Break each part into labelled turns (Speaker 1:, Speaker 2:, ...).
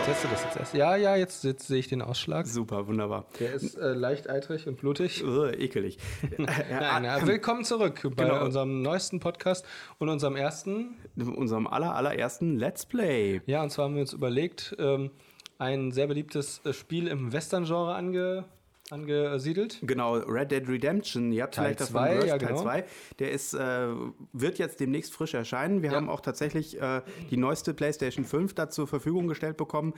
Speaker 1: teste das jetzt erst. Ja, jetzt sehe ich den Ausschlag.
Speaker 2: Super, wunderbar.
Speaker 1: Der ist leicht eitrig und blutig.
Speaker 2: Ekelig.
Speaker 1: Willkommen zurück bei unserem neuesten Podcast und unserem
Speaker 2: allerersten Let's Play.
Speaker 1: Ja, und zwar haben wir uns überlegt, ein sehr beliebtes Spiel im Western-Genre angesiedelt.
Speaker 2: Genau, Red Dead Redemption. Ihr habt
Speaker 1: Teil
Speaker 2: vielleicht davon
Speaker 1: 2,
Speaker 2: gehört,
Speaker 1: ja,
Speaker 2: Teil
Speaker 1: genau.
Speaker 2: 2. Der wird jetzt demnächst frisch erscheinen. Wir haben auch tatsächlich die neueste PlayStation 5 da zur Verfügung gestellt bekommen.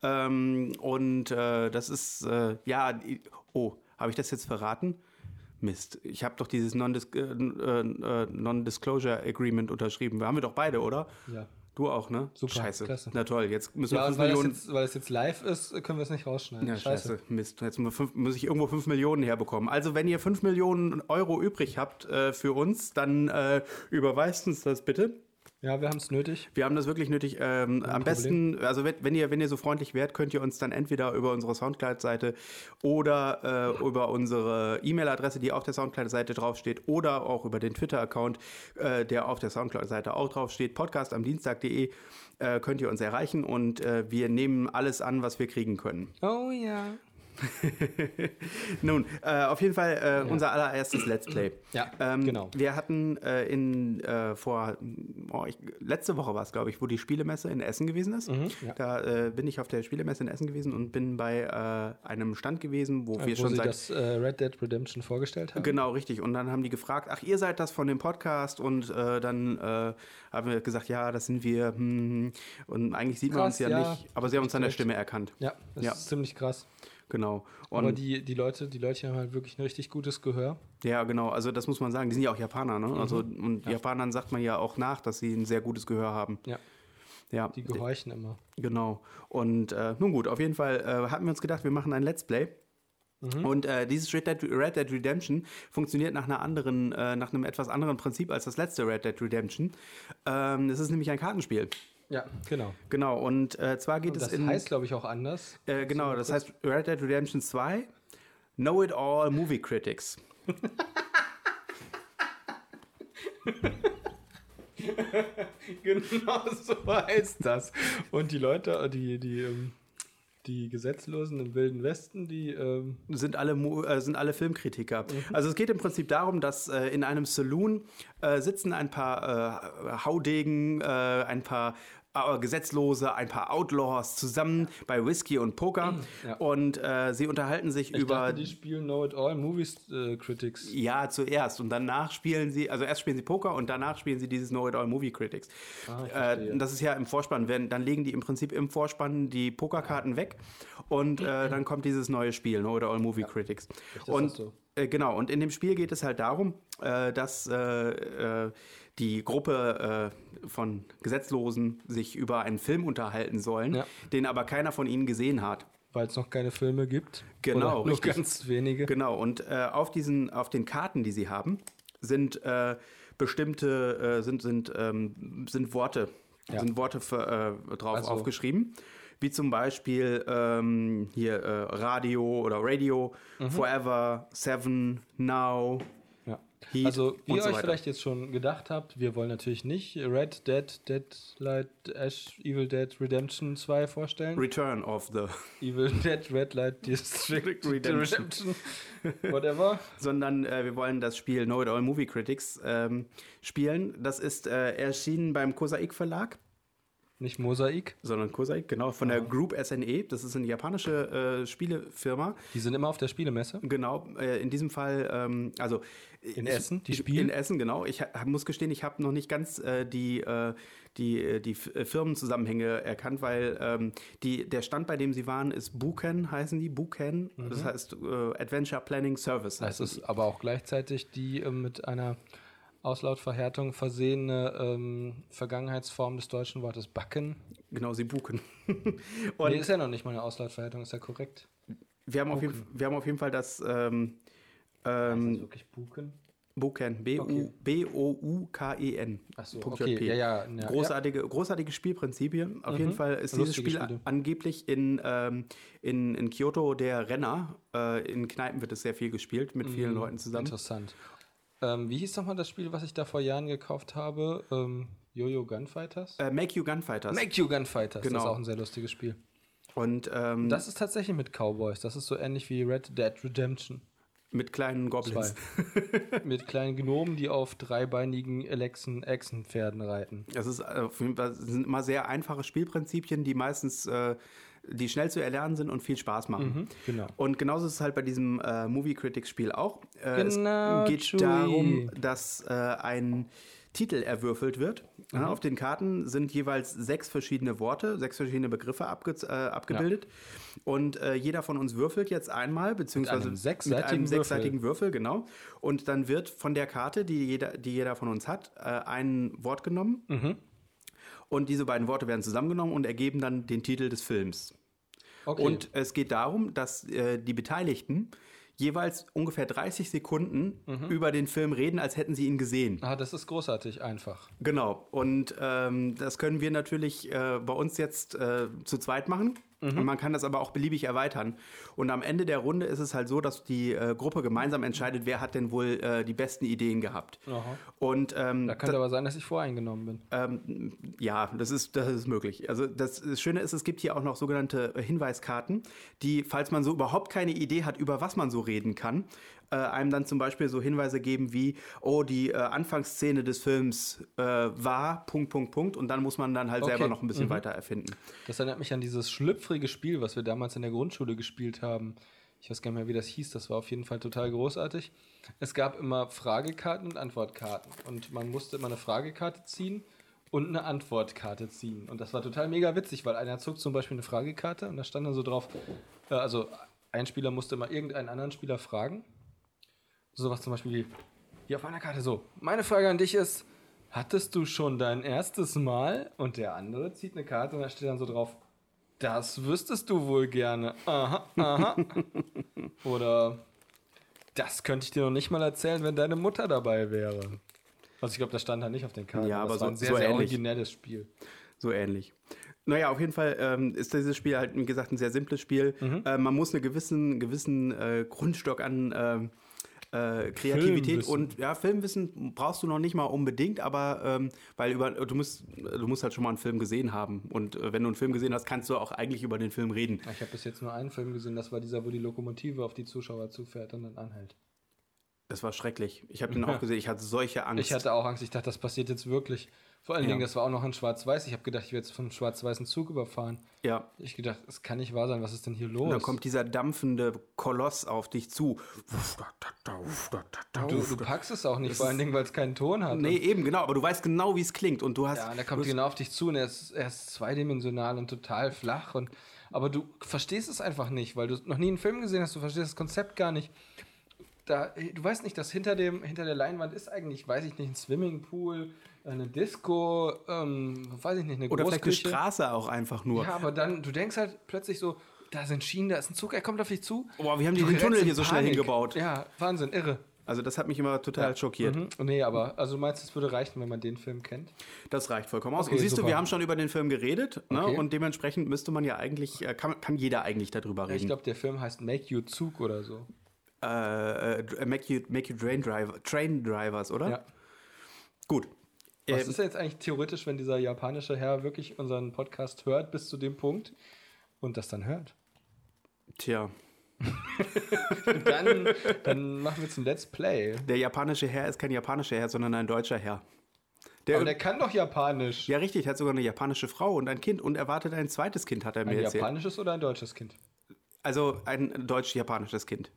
Speaker 2: Das ist, habe ich das jetzt verraten? Mist, ich habe doch dieses Non-Disclosure Agreement unterschrieben. Haben wir doch beide, oder?
Speaker 1: Ja.
Speaker 2: Du auch, ne?
Speaker 1: Super,
Speaker 2: scheiße.
Speaker 1: Klasse.
Speaker 2: Na toll, jetzt müssen wir
Speaker 1: Ja,
Speaker 2: 5
Speaker 1: und
Speaker 2: Millionen...
Speaker 1: weil es jetzt live ist, können wir es nicht rausschneiden.
Speaker 2: Ja, scheiße. Mist. Jetzt muss ich irgendwo 5 Millionen herbekommen. Also wenn ihr 5 Millionen Euro übrig habt für uns, dann überweist uns das bitte.
Speaker 1: Ja, wir haben es nötig.
Speaker 2: Wir haben das wirklich nötig. Am besten, also wenn ihr so freundlich wärt, könnt ihr uns dann entweder über unsere Soundcloud-Seite oder über unsere E-Mail-Adresse, die auf der Soundcloud-Seite draufsteht, oder auch über den Twitter-Account, der auf der Soundcloud-Seite auch draufsteht, podcastamdienstag.de, könnt ihr uns erreichen und wir nehmen alles an, was wir kriegen können.
Speaker 1: Oh ja.
Speaker 2: Nun, auf jeden Fall unser allererstes Let's Play.
Speaker 1: Ja, genau.
Speaker 2: Wir hatten letzte Woche war es, glaube ich, wo die Spielemesse in Essen gewesen ist.
Speaker 1: Ja.
Speaker 2: Da bin ich auf der Spielemesse in Essen gewesen und bin bei einem Stand gewesen, wo wir schon
Speaker 1: Sie
Speaker 2: seit...
Speaker 1: das Red Dead Redemption vorgestellt haben.
Speaker 2: Genau, richtig. Und dann haben die gefragt, ach, ihr seid das von dem Podcast? Und dann haben wir gesagt, ja, das sind wir. Und eigentlich sieht man uns ja nicht, aber sie haben uns an der Stimme erkannt.
Speaker 1: Ja, das ist ziemlich krass.
Speaker 2: Genau.
Speaker 1: Aber die Leute haben halt wirklich ein richtig gutes Gehör.
Speaker 2: Ja, genau. Also das muss man sagen. Die sind ja auch Japaner, ne? Also Japanern sagt man ja auch nach, dass sie ein sehr gutes Gehör haben. Ja.
Speaker 1: Die gehorchen immer.
Speaker 2: Genau. Und nun gut, auf jeden Fall hatten wir uns gedacht, wir machen ein Let's Play. Und dieses Red Dead Redemption funktioniert nach einem etwas anderen Prinzip als das letzte Red Dead Redemption. Es ist nämlich ein Kartenspiel.
Speaker 1: Ja, genau.
Speaker 2: Genau, und zwar geht
Speaker 1: das heißt, glaube ich, auch anders.
Speaker 2: Genau, das heißt Red Dead Redemption 2, Know It All Movie Critics.
Speaker 1: Genau so heißt das. Und die Leute, die Gesetzlosen im Wilden Westen, die
Speaker 2: sind alle Filmkritiker. Also es geht im Prinzip darum, dass in einem Saloon sitzen ein paar Haudegen, ein paar Gesetzlose, ein paar Outlaws zusammen bei Whisky und Poker und sie unterhalten sich über...
Speaker 1: dachte, die spielen Know It All Movie Critics.
Speaker 2: Ja, zuerst und danach spielen sie, also erst spielen sie Poker und danach spielen sie dieses Know It All Movie Critics. Das ist ja im Vorspann, dann legen die im Prinzip im Vorspann die Pokerkarten weg und dann kommt dieses neue Spiel, Know It All Movie Critics. Und genau, und in dem Spiel geht es halt darum, dass die Gruppe von Gesetzlosen sich über einen Film unterhalten sollen, den aber keiner von ihnen gesehen hat.
Speaker 1: Weil es noch keine Filme gibt.
Speaker 2: Genau,
Speaker 1: oder nur ganz wenige.
Speaker 2: Genau, und auf den Karten, die sie haben, sind bestimmte sind Worte, drauf aufgeschrieben. Wie zum Beispiel Radio oder Radio, Forever, Seven, Now, Heat.
Speaker 1: Also, wie ihr
Speaker 2: so
Speaker 1: euch vielleicht jetzt schon gedacht habt, wir wollen natürlich nicht Red Dead, Deadlight, Evil Dead Redemption 2 vorstellen.
Speaker 2: Return of the
Speaker 1: Evil Dead, Red Light District Redemption. Whatever.
Speaker 2: Sondern wir wollen das Spiel Know It All Movie Critics spielen. Das ist erschienen beim Kosaik Verlag.
Speaker 1: Nicht Mosaik,
Speaker 2: sondern Kosaik, genau, von der Group SNE. Das ist eine japanische Spielefirma.
Speaker 1: Die sind immer auf der Spielemesse?
Speaker 2: Genau, in diesem Fall,
Speaker 1: in Essen, die spielen?
Speaker 2: In Essen, genau. Ich muss gestehen, ich habe noch nicht ganz die Firmenzusammenhänge erkannt, weil der Stand, bei dem sie waren, ist Buken, heißen die, Buken. Das heißt Adventure Planning Service.
Speaker 1: Das ist aber auch gleichzeitig die mit einer Auslautverhärtung versehene Vergangenheitsform des deutschen Wortes backen.
Speaker 2: Genau, sie buken.
Speaker 1: Und ist ja noch nicht mal eine Auslautverhärtung, ist ja korrekt.
Speaker 2: Wir haben auf jeden Fall das...
Speaker 1: ist das wirklich buken?
Speaker 2: Buken, B-O-U-K-E-N.
Speaker 1: Achso, okay. Ja.
Speaker 2: Großartige Spielprinzipien. Auf jeden Fall ist dieses Spiel angeblich in Kyoto der Renner. In Kneipen wird es sehr viel gespielt, mit vielen Leuten zusammen.
Speaker 1: Interessant. Wie hieß nochmal das Spiel, was ich da vor Jahren gekauft habe? Yo-Yo Gunfighters?
Speaker 2: Make You Gunfighters.
Speaker 1: Make You Gunfighters,
Speaker 2: genau.
Speaker 1: Das ist auch ein sehr lustiges Spiel.
Speaker 2: Und
Speaker 1: das ist tatsächlich mit Cowboys. Das ist so ähnlich wie Red Dead Redemption.
Speaker 2: mit kleinen Goblins.
Speaker 1: 2. Mit kleinen Gnomen, die auf dreibeinigen Echsenpferden reiten.
Speaker 2: Das ist auf jeden Fall, sind immer sehr einfache Spielprinzipien, die meistens die schnell zu erlernen sind und viel Spaß machen.
Speaker 1: Genau.
Speaker 2: Und genauso ist es halt bei diesem Movie Critics Spiel auch.
Speaker 1: Genau,
Speaker 2: Es geht
Speaker 1: Chewie.
Speaker 2: darum, dass ein Titel erwürfelt wird. Ja, auf den Karten sind jeweils 6 verschiedene Worte, 6 verschiedene Begriffe abgebildet. Und jeder von uns würfelt jetzt einmal, beziehungsweise mit einem sechsseitigen Würfel, genau. Und dann wird von der Karte, die jeder von uns hat, ein Wort genommen. Und diese beiden Worte werden zusammengenommen und ergeben dann den Titel des Films.
Speaker 1: Okay.
Speaker 2: Und es geht darum, dass die Beteiligten jeweils ungefähr 30 Sekunden über den Film reden, als hätten sie ihn gesehen.
Speaker 1: Ah, das ist großartig einfach.
Speaker 2: Genau. Und das können wir natürlich bei uns jetzt zu zweit machen. Und man kann das aber auch beliebig erweitern. Und am Ende der Runde ist es halt so, dass die Gruppe gemeinsam entscheidet, wer hat denn wohl die besten Ideen gehabt.
Speaker 1: Aha.
Speaker 2: Und
Speaker 1: Da könnte aber sein, dass ich voreingenommen bin.
Speaker 2: ja, das ist möglich. Also das Schöne ist, es gibt hier auch noch sogenannte Hinweiskarten, die, falls man so überhaupt keine Idee hat, über was man so reden kann, einem dann zum Beispiel so Hinweise geben wie, oh, die Anfangsszene des Films war ... Und dann muss man dann halt selber noch ein bisschen weiter erfinden.
Speaker 1: Das erinnert mich an dieses schlüpfrige Spiel, was wir damals in der Grundschule gespielt haben. Ich weiß gar nicht mehr, wie das hieß. Das war auf jeden Fall total großartig. Es gab immer Fragekarten und Antwortkarten. Und man musste immer eine Fragekarte ziehen und eine Antwortkarte ziehen. Und das war total mega witzig, weil einer zog zum Beispiel eine Fragekarte und da stand dann so drauf, also ein Spieler musste immer irgendeinen anderen Spieler fragen. Sowas zum Beispiel wie, hier auf meiner Karte so, meine Frage an dich ist, hattest du schon dein erstes Mal? Und der andere zieht eine Karte und da steht dann so drauf, das wüsstest du wohl gerne. Aha, aha. Oder, das könnte ich dir noch nicht mal erzählen, wenn deine Mutter dabei wäre. Also ich glaube, das stand da nicht auf den Karten.
Speaker 2: Ja, aber
Speaker 1: das war ein
Speaker 2: so
Speaker 1: sehr, sehr
Speaker 2: ähnlich.
Speaker 1: originelles Spiel.
Speaker 2: So ähnlich. Naja, auf jeden Fall ist dieses Spiel halt, wie gesagt, ein sehr simples Spiel. Man muss einen gewissen Grundstock an Kreativität
Speaker 1: Filmwissen.
Speaker 2: und ja, Filmwissen brauchst du noch nicht mal unbedingt, aber weil du musst halt schon mal einen Film gesehen haben. Und wenn du einen Film gesehen hast, kannst du auch eigentlich über den Film reden.
Speaker 1: Ich habe bis jetzt nur einen Film gesehen, das war dieser, wo die Lokomotive auf die Zuschauer zufährt und dann anhält.
Speaker 2: Das war schrecklich. Ich habe den auch gesehen. Ich hatte solche Angst.
Speaker 1: Ich hatte auch Angst, ich dachte, das passiert jetzt wirklich. Vor allen Dingen, das war auch noch in Schwarz-Weiß. Ich habe gedacht, ich werde jetzt vom schwarz-weißen Zug überfahren.
Speaker 2: Ja.
Speaker 1: Ich gedacht, es kann nicht wahr sein, was ist denn hier los?
Speaker 2: Und dann kommt dieser dampfende Koloss auf dich zu.
Speaker 1: Du packst es auch nicht, vor allen Dingen, weil es keinen Ton hat.
Speaker 2: Nee, eben, genau. Aber du weißt genau, wie es klingt. Und du hast.
Speaker 1: Ja, und der kommt genau auf dich zu und er ist zweidimensional und total flach. Aber du verstehst es einfach nicht, weil du noch nie einen Film gesehen hast. Du verstehst das Konzept gar nicht. Du weißt nicht, dass hinter der Leinwand ist eigentlich, weiß ich nicht, ein Swimmingpool, eine Disco, weiß ich nicht, eine
Speaker 2: oder
Speaker 1: Großküche.
Speaker 2: vielleicht eine Straße auch einfach nur.
Speaker 1: Ja, aber dann, du denkst halt plötzlich so, da sind Schienen, da ist ein Zug, er kommt auf dich zu.
Speaker 2: Boah, wie haben die
Speaker 1: Du
Speaker 2: den
Speaker 1: gerätst
Speaker 2: Tunnel
Speaker 1: in
Speaker 2: hier so schnell
Speaker 1: Panik.
Speaker 2: hingebaut?
Speaker 1: Ja, Wahnsinn, irre.
Speaker 2: Also das hat mich immer total schockiert.
Speaker 1: Nee, aber also du meinst, es würde reichen, wenn man den Film kennt?
Speaker 2: Das reicht vollkommen aus.
Speaker 1: Okay,
Speaker 2: Und siehst
Speaker 1: super.
Speaker 2: du, wir haben schon über den Film geredet, ne?
Speaker 1: Okay.
Speaker 2: Und dementsprechend müsste man ja eigentlich, kann jeder eigentlich darüber
Speaker 1: Ich
Speaker 2: reden.
Speaker 1: glaube, der Film heißt Make You Zug oder so.
Speaker 2: Make you Train Drivers, oder?
Speaker 1: Ja.
Speaker 2: Gut.
Speaker 1: Was ist jetzt eigentlich theoretisch, wenn dieser japanische Herr wirklich unseren Podcast hört bis zu dem Punkt und das dann hört?
Speaker 2: Tja,
Speaker 1: Dann machen wir jetzt ein Let's Play.
Speaker 2: der japanische Herr ist kein japanischer Herr, sondern ein deutscher Herr.
Speaker 1: Aber der kann doch Japanisch.
Speaker 2: Ja, richtig, hat sogar eine japanische Frau und ein Kind und erwartet ein zweites Kind, hat er mir
Speaker 1: Ein
Speaker 2: erzählt.
Speaker 1: japanisches oder ein deutsches Kind?
Speaker 2: Also ein deutsch-japanisches Kind.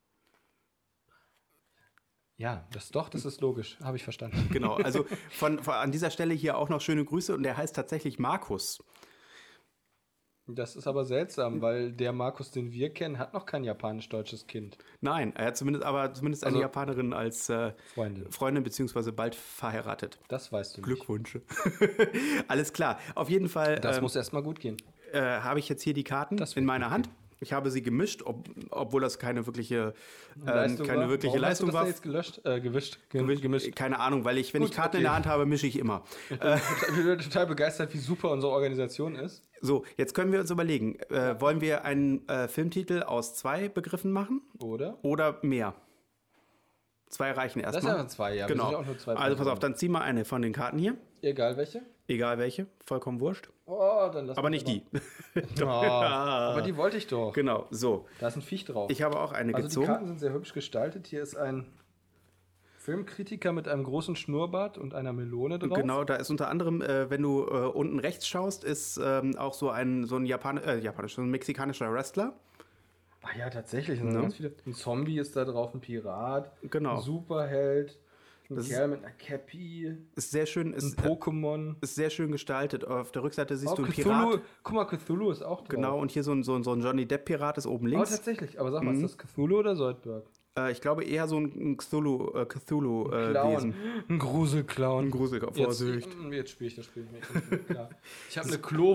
Speaker 1: Ja, das ist logisch. Habe ich verstanden.
Speaker 2: Genau, also an dieser Stelle hier auch noch schöne Grüße und der heißt tatsächlich Markus.
Speaker 1: Das ist aber seltsam, weil der Markus, den wir kennen, hat noch kein japanisch-deutsches Kind.
Speaker 2: Nein, er hat zumindest eine
Speaker 1: Also,
Speaker 2: Japanerin als Freundin beziehungsweise bald verheiratet.
Speaker 1: Das weißt du nicht.
Speaker 2: Glückwünsche. Alles klar. Auf jeden Fall
Speaker 1: Das muss erstmal gut gehen.
Speaker 2: habe ich jetzt hier die Karten in meiner Hand. Ich habe sie gemischt, obwohl das keine wirkliche Leistung
Speaker 1: Warum
Speaker 2: war.
Speaker 1: hast du das jetzt gemischt?
Speaker 2: Keine Ahnung, weil wenn ich Karten in der Hand habe, mische ich immer.
Speaker 1: Ich bin total begeistert, wie super unsere Organisation ist.
Speaker 2: So, jetzt können wir uns überlegen, wollen wir einen Filmtitel aus 2 Begriffen machen? Oder mehr? 2 reichen erstmal.
Speaker 1: Das sind ja 2, ja.
Speaker 2: Genau.
Speaker 1: Wir sind ja auch nur 2
Speaker 2: also pass auf, dann zieh mal eine von den Karten hier.
Speaker 1: Egal welche.
Speaker 2: Egal welche, vollkommen wurscht.
Speaker 1: Oh, dann lass
Speaker 2: Aber nicht die.
Speaker 1: Oh, aber die wollte ich doch.
Speaker 2: Genau, so.
Speaker 1: Da ist ein Viech drauf.
Speaker 2: Ich habe auch eine
Speaker 1: Also
Speaker 2: gezogen.
Speaker 1: die Karten sind sehr hübsch gestaltet. Hier ist ein Filmkritiker mit einem großen Schnurrbart und einer Melone drauf.
Speaker 2: Genau, da ist unter anderem, wenn du unten rechts schaust, ist auch so ein so ein mexikanischer Wrestler.
Speaker 1: Ach ja, tatsächlich. Sind ganz viele. Ein Zombie ist da drauf, ein Pirat,
Speaker 2: Genau.
Speaker 1: ein Superheld, ein Kerl mit einer Cappy,
Speaker 2: Ist sehr schön,
Speaker 1: ein Pokémon.
Speaker 2: ist sehr schön gestaltet. Auf der Rückseite siehst du einen
Speaker 1: Cthulhu.
Speaker 2: Pirat.
Speaker 1: Guck mal, Cthulhu ist auch drauf.
Speaker 2: Genau, und hier so ein Johnny Depp-Pirat ist oben
Speaker 1: Oh,
Speaker 2: links.
Speaker 1: tatsächlich. Aber sag mal, ist das Cthulhu oder Soldberg?
Speaker 2: Ich glaube eher so ein Cthulhu-Wesen.
Speaker 1: Clown. Ein Gruselclown.
Speaker 2: Vorsicht.
Speaker 1: Jetzt spiele ich das Spiel nicht. Klar. Ich habe eine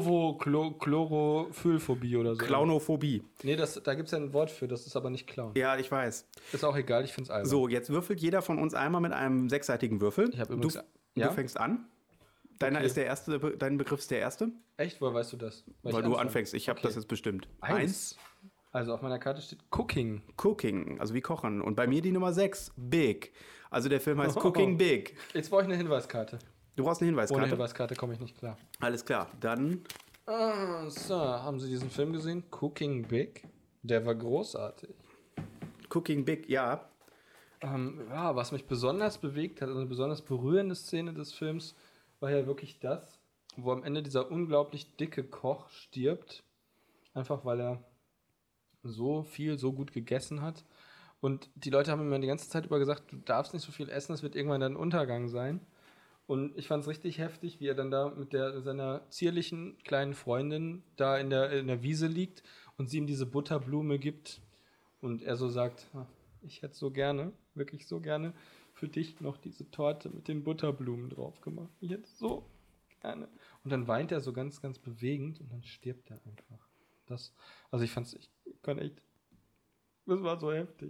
Speaker 1: Chlorophylphobie oder so.
Speaker 2: Clownophobie.
Speaker 1: Nee, da gibt es ja ein Wort für, das ist aber nicht Clown.
Speaker 2: Ja, ich weiß.
Speaker 1: Ist auch egal, ich finde es albern.
Speaker 2: So, jetzt würfelt jeder von uns einmal mit einem sechsseitigen Würfel.
Speaker 1: Ich hab
Speaker 2: du,
Speaker 1: übrigens-
Speaker 2: du fängst an. Deiner
Speaker 1: Okay.
Speaker 2: ist der erste, dein Begriff ist der erste.
Speaker 1: Echt? Woher weißt du das?
Speaker 2: Weil
Speaker 1: ich
Speaker 2: du
Speaker 1: anfange.
Speaker 2: anfängst. Ich habe
Speaker 1: Okay.
Speaker 2: das jetzt bestimmt.
Speaker 1: Eins. Also auf meiner Karte steht Cooking.
Speaker 2: Cooking, also wie kochen. Und bei mir die Nummer 6, Big. Also der Film heißt
Speaker 1: Oh.
Speaker 2: Cooking Big.
Speaker 1: Jetzt brauche ich eine Hinweiskarte.
Speaker 2: Du brauchst eine
Speaker 1: Ohne
Speaker 2: Hinweiskarte.
Speaker 1: Hinweiskarte komme ich nicht klar.
Speaker 2: Alles klar, dann
Speaker 1: So, haben Sie diesen Film gesehen? Cooking Big? Der war großartig.
Speaker 2: Cooking Big, ja.
Speaker 1: Ja, was mich besonders bewegt hat, also eine besonders berührende Szene des Films, war ja wirklich das, wo am Ende dieser unglaublich dicke Koch stirbt. Einfach weil er so viel, so gut gegessen hat. Und die Leute haben ihm die ganze Zeit über gesagt, du darfst nicht so viel essen, das wird irgendwann dein Untergang sein. Und ich fand es richtig heftig, wie er dann da mit seiner zierlichen kleinen Freundin da in der Wiese liegt und sie ihm diese Butterblume gibt. Und er so sagt, ich hätte so gerne, wirklich so gerne für dich noch diese Torte mit den Butterblumen drauf gemacht. Ich hätte so gerne. Und dann weint er so ganz, ganz bewegend und dann stirbt er einfach. Also ich kann echt, das war so heftig.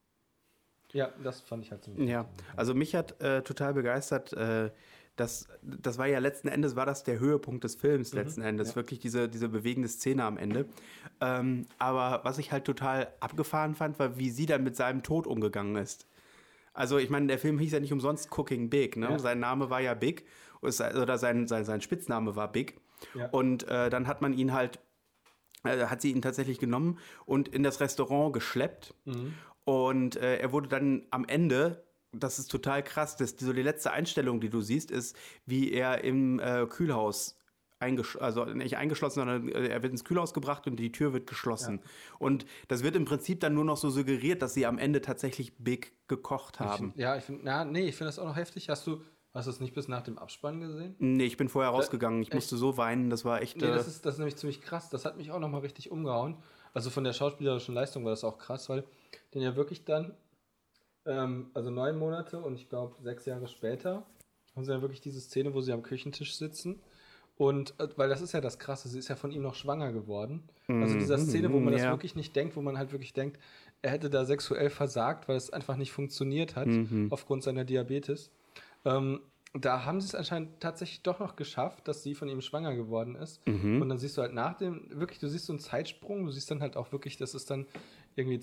Speaker 1: Ja, das fand ich halt so.
Speaker 2: Ja, also mich hat total begeistert, das war ja letzten Endes, war das der Höhepunkt des Films letzten Endes,
Speaker 1: ja.
Speaker 2: wirklich diese bewegende Szene am Ende. Aber was ich halt total abgefahren fand, war, wie sie dann mit seinem Tod umgegangen ist. Also ich meine, der Film hieß ja nicht umsonst Cooking Big, ne?
Speaker 1: Ja.
Speaker 2: Sein Name war ja Big, oder sein Spitzname war Big.
Speaker 1: Ja.
Speaker 2: Und dann hat man ihn halt, hat sie ihn tatsächlich genommen und in das Restaurant geschleppt. Und er wurde dann am Ende, das ist total krass, so die letzte Einstellung, die du siehst, ist, wie er im Kühlhaus also nicht eingeschlossen, sondern er wird ins Kühlhaus gebracht und die Tür wird geschlossen. Ja. Und das wird im Prinzip dann nur noch so suggeriert, dass sie am Ende tatsächlich Big gekocht haben.
Speaker 1: Ich finde das auch noch heftig. Hast du es nicht bis nach dem Abspann gesehen?
Speaker 2: Nee, ich bin vorher rausgegangen. Ich musste so weinen, das war echt...
Speaker 1: Nee, das ist nämlich ziemlich krass. Das hat mich auch nochmal richtig umgehauen. Also von der schauspielerischen Leistung war das auch krass, weil den ja wirklich dann, also 9 Monate und ich glaube 6 Jahre später, haben sie ja wirklich diese Szene, wo sie am Küchentisch sitzen. Und weil das ist ja das Krasse, sie ist ja von ihm noch schwanger geworden. Also dieser Szene, wo man das wirklich nicht denkt, wo man halt wirklich denkt, er hätte da sexuell versagt, weil es einfach nicht funktioniert hat, aufgrund seiner Diabetes. Da haben sie es anscheinend tatsächlich doch noch geschafft, dass sie von ihm schwanger geworden ist. Und dann siehst du halt du siehst so einen Zeitsprung, du siehst dann halt auch wirklich, das ist dann irgendwie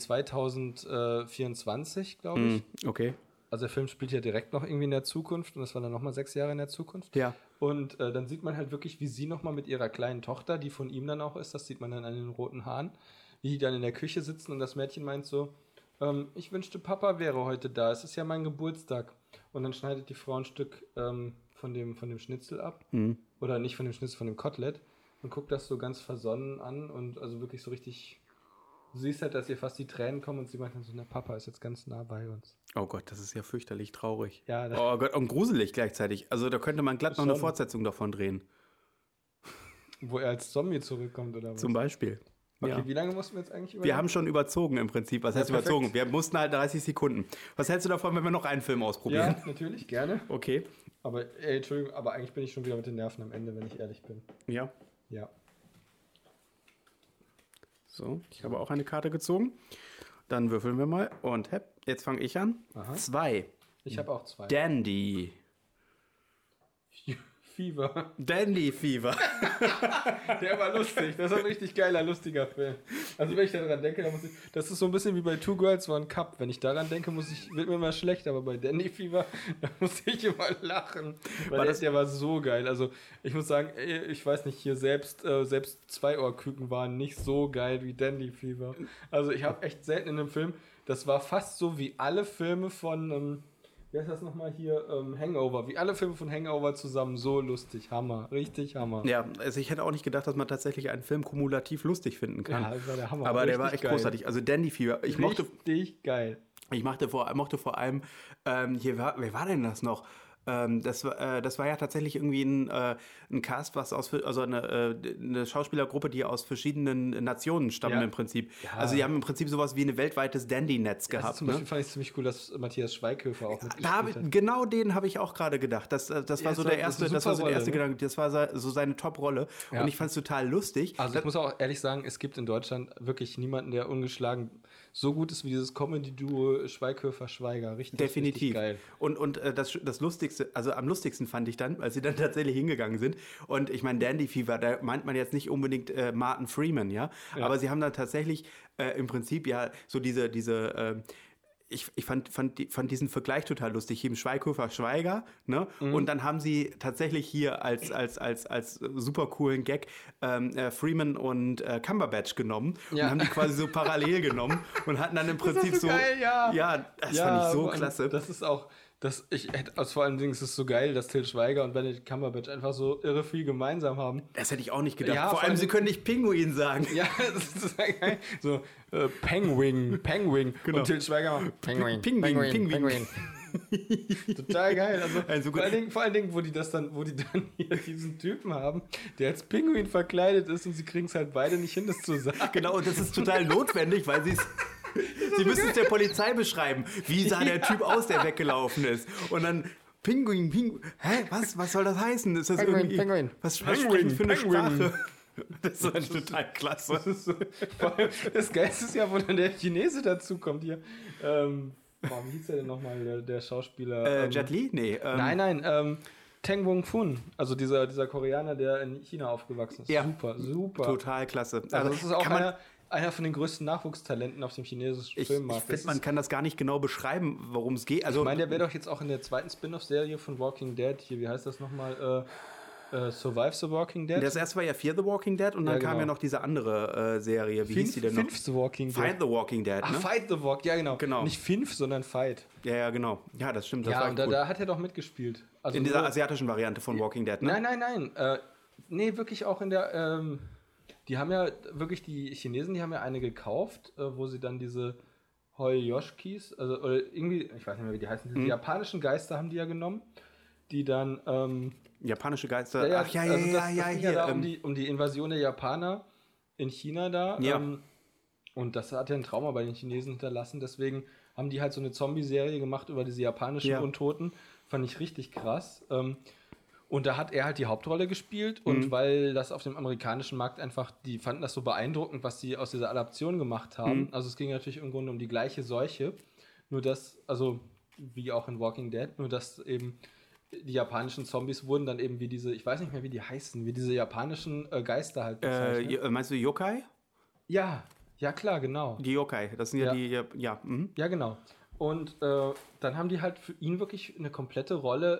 Speaker 1: 2024, glaube ich.
Speaker 2: Okay.
Speaker 1: Also der Film spielt ja direkt noch irgendwie in der Zukunft und das war dann nochmal 6 Jahre in der Zukunft.
Speaker 2: Ja.
Speaker 1: Und dann sieht man halt wirklich, wie sie nochmal mit ihrer kleinen Tochter, die von ihm dann auch ist, das sieht man dann an den roten Haaren, wie die dann in der Küche sitzen und das Mädchen meint so, ich wünschte, Papa wäre heute da, es ist ja mein Geburtstag. Und dann schneidet die Frau ein Stück von dem Schnitzel ab. Oder nicht von dem Schnitzel, von dem Kotelett und guckt das so ganz versonnen an und also wirklich so richtig... Du siehst halt, dass ihr fast die Tränen kommen und sie meint dann so, Papa ist jetzt ganz nah bei uns.
Speaker 2: Oh Gott, das ist ja fürchterlich traurig.
Speaker 1: Ja,
Speaker 2: oh Gott, und gruselig gleichzeitig. Also da könnte man glatt noch eine Fortsetzung davon drehen.
Speaker 1: Wo er als Zombie zurückkommt oder was?
Speaker 2: Zum Beispiel.
Speaker 1: Okay,
Speaker 2: Ja.
Speaker 1: Wie lange mussten wir jetzt eigentlich überlegen?
Speaker 2: Wir haben schon überzogen im Prinzip. Was heißt
Speaker 1: perfekt.
Speaker 2: überzogen? Wir mussten halt 30 Sekunden. Was hältst du davon, wenn wir noch einen Film ausprobieren?
Speaker 1: Ja, natürlich, gerne.
Speaker 2: Okay.
Speaker 1: Aber, Entschuldigung, aber eigentlich bin ich schon wieder mit den Nerven am Ende, wenn ich ehrlich bin.
Speaker 2: Ja.
Speaker 1: Ja.
Speaker 2: So, ich habe auch eine Karte gezogen. Dann würfeln wir mal. Und jetzt fange ich an.
Speaker 1: Aha.
Speaker 2: 2.
Speaker 1: Ich habe auch 2.
Speaker 2: Dandy.
Speaker 1: Fever.
Speaker 2: Dandy Fever.
Speaker 1: Der war lustig. Das ist ein richtig geiler, lustiger Film. Also wenn ich daran denke, das ist so ein bisschen wie bei Two Girls One Cup. Wenn ich daran denke, wird mir immer schlecht, aber bei Dandy Fever, da muss ich immer lachen. Weil der war so geil. Also ich muss sagen, ich weiß nicht, hier selbst Zweiohrküken waren nicht so geil wie Dandy Fever. Also ich habe echt selten in einem Film, das war fast so wie alle Filme von... wie heißt das nochmal hier? Hangover. Wie alle Filme von Hangover zusammen. So lustig. Hammer. Richtig Hammer.
Speaker 2: Ja, also ich hätte auch nicht gedacht, dass man tatsächlich einen Film kumulativ lustig finden kann.
Speaker 1: Ja, das war der Hammer.
Speaker 2: Aber
Speaker 1: richtig
Speaker 2: der war echt
Speaker 1: geil.
Speaker 2: großartig. Also Dandy Fever.
Speaker 1: Richtig geil.
Speaker 2: Ich mochte vor allem, wer war denn das noch? Das war ja tatsächlich irgendwie ein Cast, was eine Schauspielergruppe, die aus verschiedenen Nationen stammen im Prinzip. Ja. Also die haben im Prinzip sowas wie ein weltweites Dandy-Netz gehabt.
Speaker 1: Also zum Beispiel fand ich es ziemlich cool, dass Matthias Schweighöfer auch mitgespielt hat.
Speaker 2: Genau den habe ich auch gerade gedacht. Das war so der erste Gedanke. Das war so seine Top-Rolle. Ja. Und ich fand es total lustig.
Speaker 1: Also ich muss auch ehrlich sagen, es gibt in Deutschland wirklich niemanden, der ungeschlagen so gut ist wie dieses Comedy-Duo Schweighöfer-Schweiger. Definitiv. Richtig geil.
Speaker 2: Und das Lustigste, also am lustigsten fand ich dann, als sie dann tatsächlich hingegangen sind. Und ich meine, Dandy Fever, da meint man jetzt nicht unbedingt Martin Freeman, ja? Aber sie haben dann tatsächlich im Prinzip ja so ich fand diesen Vergleich total lustig. Eben Schweighöfer, Schweiger, ne? Mhm. Und dann haben sie tatsächlich hier als super coolen Gag Freeman und Cumberbatch genommen und haben die quasi so parallel genommen und hatten dann im Prinzip das so geil, das fand ich so klasse.
Speaker 1: Das ist auch vor allen Dingen ist es so geil, dass Til Schweiger und Benedict Cumberbatch einfach so irre viel gemeinsam haben.
Speaker 2: Das hätte ich auch nicht gedacht. Ja, vor allem, sie können nicht Pinguin sagen.
Speaker 1: Ja, das ist geil. So, Penguin. Genau. Und Til Schweiger macht Penguin. Total geil. Also vor allen Dingen, wo die dann hier diesen Typen haben, der als Pinguin verkleidet ist und sie kriegen es halt beide nicht hin, das zu sagen.
Speaker 2: Genau, und das ist total notwendig, weil Sie müssen es der Polizei beschreiben. Wie sah der Typ aus, der weggelaufen ist? Und dann Pinguin. Hä? Was soll das heißen? Ist das
Speaker 1: Penguin.
Speaker 2: Was sprechen für eine Sprache? Das ist total klasse.
Speaker 1: Das Geilste ist ja, wo dann der Chinese dazu kommt hier. Wie hieß der denn nochmal, der Schauspieler?
Speaker 2: Jet Li? Nee.
Speaker 1: Nein. Teng Wong-Fun, also dieser Koreaner, der in China aufgewachsen ist.
Speaker 2: Ja.
Speaker 1: Super.
Speaker 2: Total klasse.
Speaker 1: Also das ist auch einer von den größten Nachwuchstalenten auf dem chinesischen Filmmarkt.
Speaker 2: Ich finde, man kann das gar nicht genau beschreiben, worum es geht. Also,
Speaker 1: ich meine, der wäre doch jetzt auch in der zweiten Spin-off-Serie von Walking Dead. Hier, wie heißt das nochmal? Survive the Walking Dead?
Speaker 2: Das erste war ja Fear the Walking Dead und dann kam ja noch diese andere Serie. Wie hieß die denn noch?
Speaker 1: Five the Walking Dead.
Speaker 2: Fight the Walking Dead, ne?
Speaker 1: Ach, Fight the Walking, ja genau. Nicht Finf, sondern Fight.
Speaker 2: Ja, genau. Ja, das stimmt. Das
Speaker 1: war und da hat er doch mitgespielt.
Speaker 2: Also in dieser asiatischen Variante von Walking Dead, ne?
Speaker 1: Nein. Nee, wirklich auch in der... die haben ja wirklich, die Chinesen, die haben ja eine gekauft, wo sie dann diese Hoi-Yoshkis, also oder irgendwie, ich weiß nicht mehr, wie die heißen, die japanischen Geister haben die ja genommen, die dann...
Speaker 2: japanische Geister,
Speaker 1: das ging ja da um die Invasion der Japaner in China da.
Speaker 2: Ja.
Speaker 1: Und das hat ja ein Trauma bei den Chinesen hinterlassen, deswegen haben die halt so eine Zombie-Serie gemacht über diese japanischen Untoten. Fand ich richtig krass. Und da hat er halt die Hauptrolle gespielt und weil das auf dem amerikanischen Markt einfach, die fanden das so beeindruckend, was die aus dieser Adaption gemacht haben. Also es ging natürlich im Grunde um die gleiche Seuche, nur dass, also wie auch in Walking Dead, nur dass eben die japanischen Zombies wurden dann eben wie diese, ich weiß nicht mehr, wie die heißen, wie diese japanischen Geister halt bezeichnet.
Speaker 2: Meinst du Yokai?
Speaker 1: Ja, klar, genau.
Speaker 2: Die Yokai, das sind die,
Speaker 1: Ja, genau. Und dann haben die halt für ihn wirklich eine komplette Rolle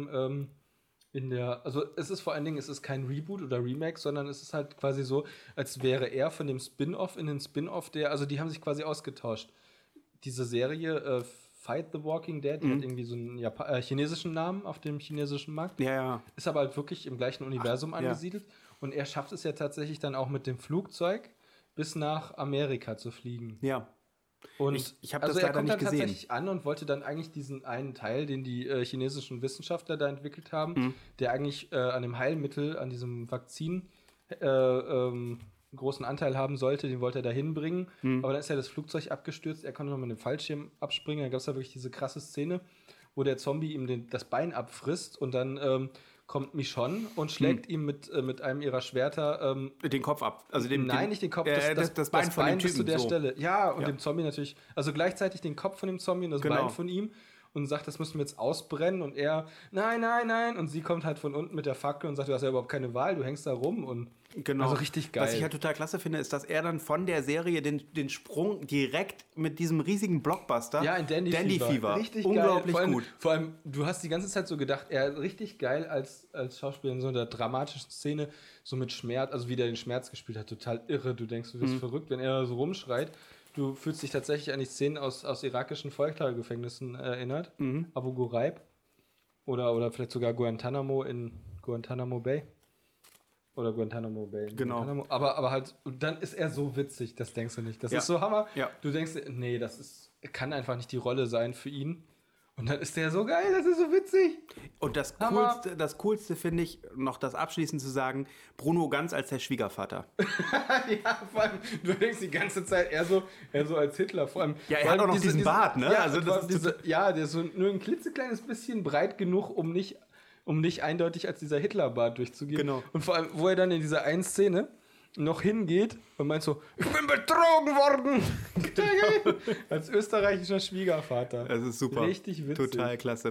Speaker 1: also es ist vor allen Dingen, es ist kein Reboot oder Remake, sondern es ist halt quasi so, als wäre er von dem Spin-Off in den Spin-Off, also die haben sich quasi ausgetauscht. Diese Serie Fight the Walking Dead, die hat irgendwie so einen chinesischen Namen auf dem chinesischen Markt.
Speaker 2: Ja.
Speaker 1: Ist aber halt wirklich im gleichen Universum angesiedelt. Und er schafft es ja tatsächlich dann auch mit dem Flugzeug bis nach Amerika zu fliegen.
Speaker 2: Ja.
Speaker 1: Und
Speaker 2: ich habe das leider nicht gesehen.
Speaker 1: Tatsächlich an und wollte dann eigentlich diesen einen Teil, den die chinesischen Wissenschaftler da entwickelt haben, der eigentlich an dem Heilmittel, an diesem Vakzin großen Anteil haben sollte, den wollte er da hinbringen. Aber dann ist ja das Flugzeug abgestürzt, er konnte noch mit dem Fallschirm abspringen. Dann gab es da wirklich diese krasse Szene, wo der Zombie ihm das Bein abfrisst und dann kommt Michonne und schlägt ihm mit einem ihrer Schwerter
Speaker 2: den Kopf ab. Also
Speaker 1: nein, nicht den Kopf,
Speaker 2: das Bein von dem Typen
Speaker 1: bis zu der Stelle. Ja, und dem Zombie natürlich, also gleichzeitig den Kopf von dem Zombie und das Bein von ihm. und sagt, das müssen wir jetzt ausbrennen und er, nein, nein, nein und sie kommt halt von unten mit der Fackel und sagt, du hast ja überhaupt keine Wahl, du hängst da rum und
Speaker 2: genau.
Speaker 1: Also richtig geil.
Speaker 2: Was ich halt total klasse finde, ist, dass er dann von der Serie den Sprung direkt mit diesem riesigen Blockbuster
Speaker 1: in Dandy Fever.
Speaker 2: Richtig unglaublich
Speaker 1: geil.
Speaker 2: gut.
Speaker 1: Vor allem, du hast die ganze Zeit so gedacht, er richtig geil als Schauspieler in so einer dramatischen Szene, so mit Schmerz, also wie der den Schmerz gespielt hat, total irre. Du denkst, du bist verrückt, wenn er so rumschreit. Du fühlst dich tatsächlich an die Szenen aus irakischen Foltergefängnissen erinnert. Abu Ghraib. Oder vielleicht sogar Guantanamo in Guantanamo Bay. Oder Guantanamo Bay.
Speaker 2: Genau.
Speaker 1: Guantanamo. Aber halt, und dann ist er so witzig, das denkst du nicht. Das
Speaker 2: Ja.
Speaker 1: ist so Hammer.
Speaker 2: Ja.
Speaker 1: Du denkst, nee, kann einfach nicht die Rolle sein für ihn. Und dann ist der so geil, das ist so witzig.
Speaker 2: Und das
Speaker 1: Hammer.
Speaker 2: Coolste finde ich, noch das abschließend zu sagen, Bruno Ganz als der Schwiegervater.
Speaker 1: Ja, vor allem, du denkst die ganze Zeit, er so als Hitler. Vor allem,
Speaker 2: Ja, er hat auch noch diesen Bart, ne?
Speaker 1: Ja,
Speaker 2: Also das ist
Speaker 1: der ist so nur ein klitzekleines bisschen breit genug, um nicht eindeutig als dieser Hitlerbart durchzugehen.
Speaker 2: Genau.
Speaker 1: Und vor allem, wo er dann in dieser einen Szene noch hingeht und meint so, ich bin betrogen worden. Genau. Als österreichischer Schwiegervater.
Speaker 2: Das ist super.
Speaker 1: Richtig witzig.
Speaker 2: Total klasse.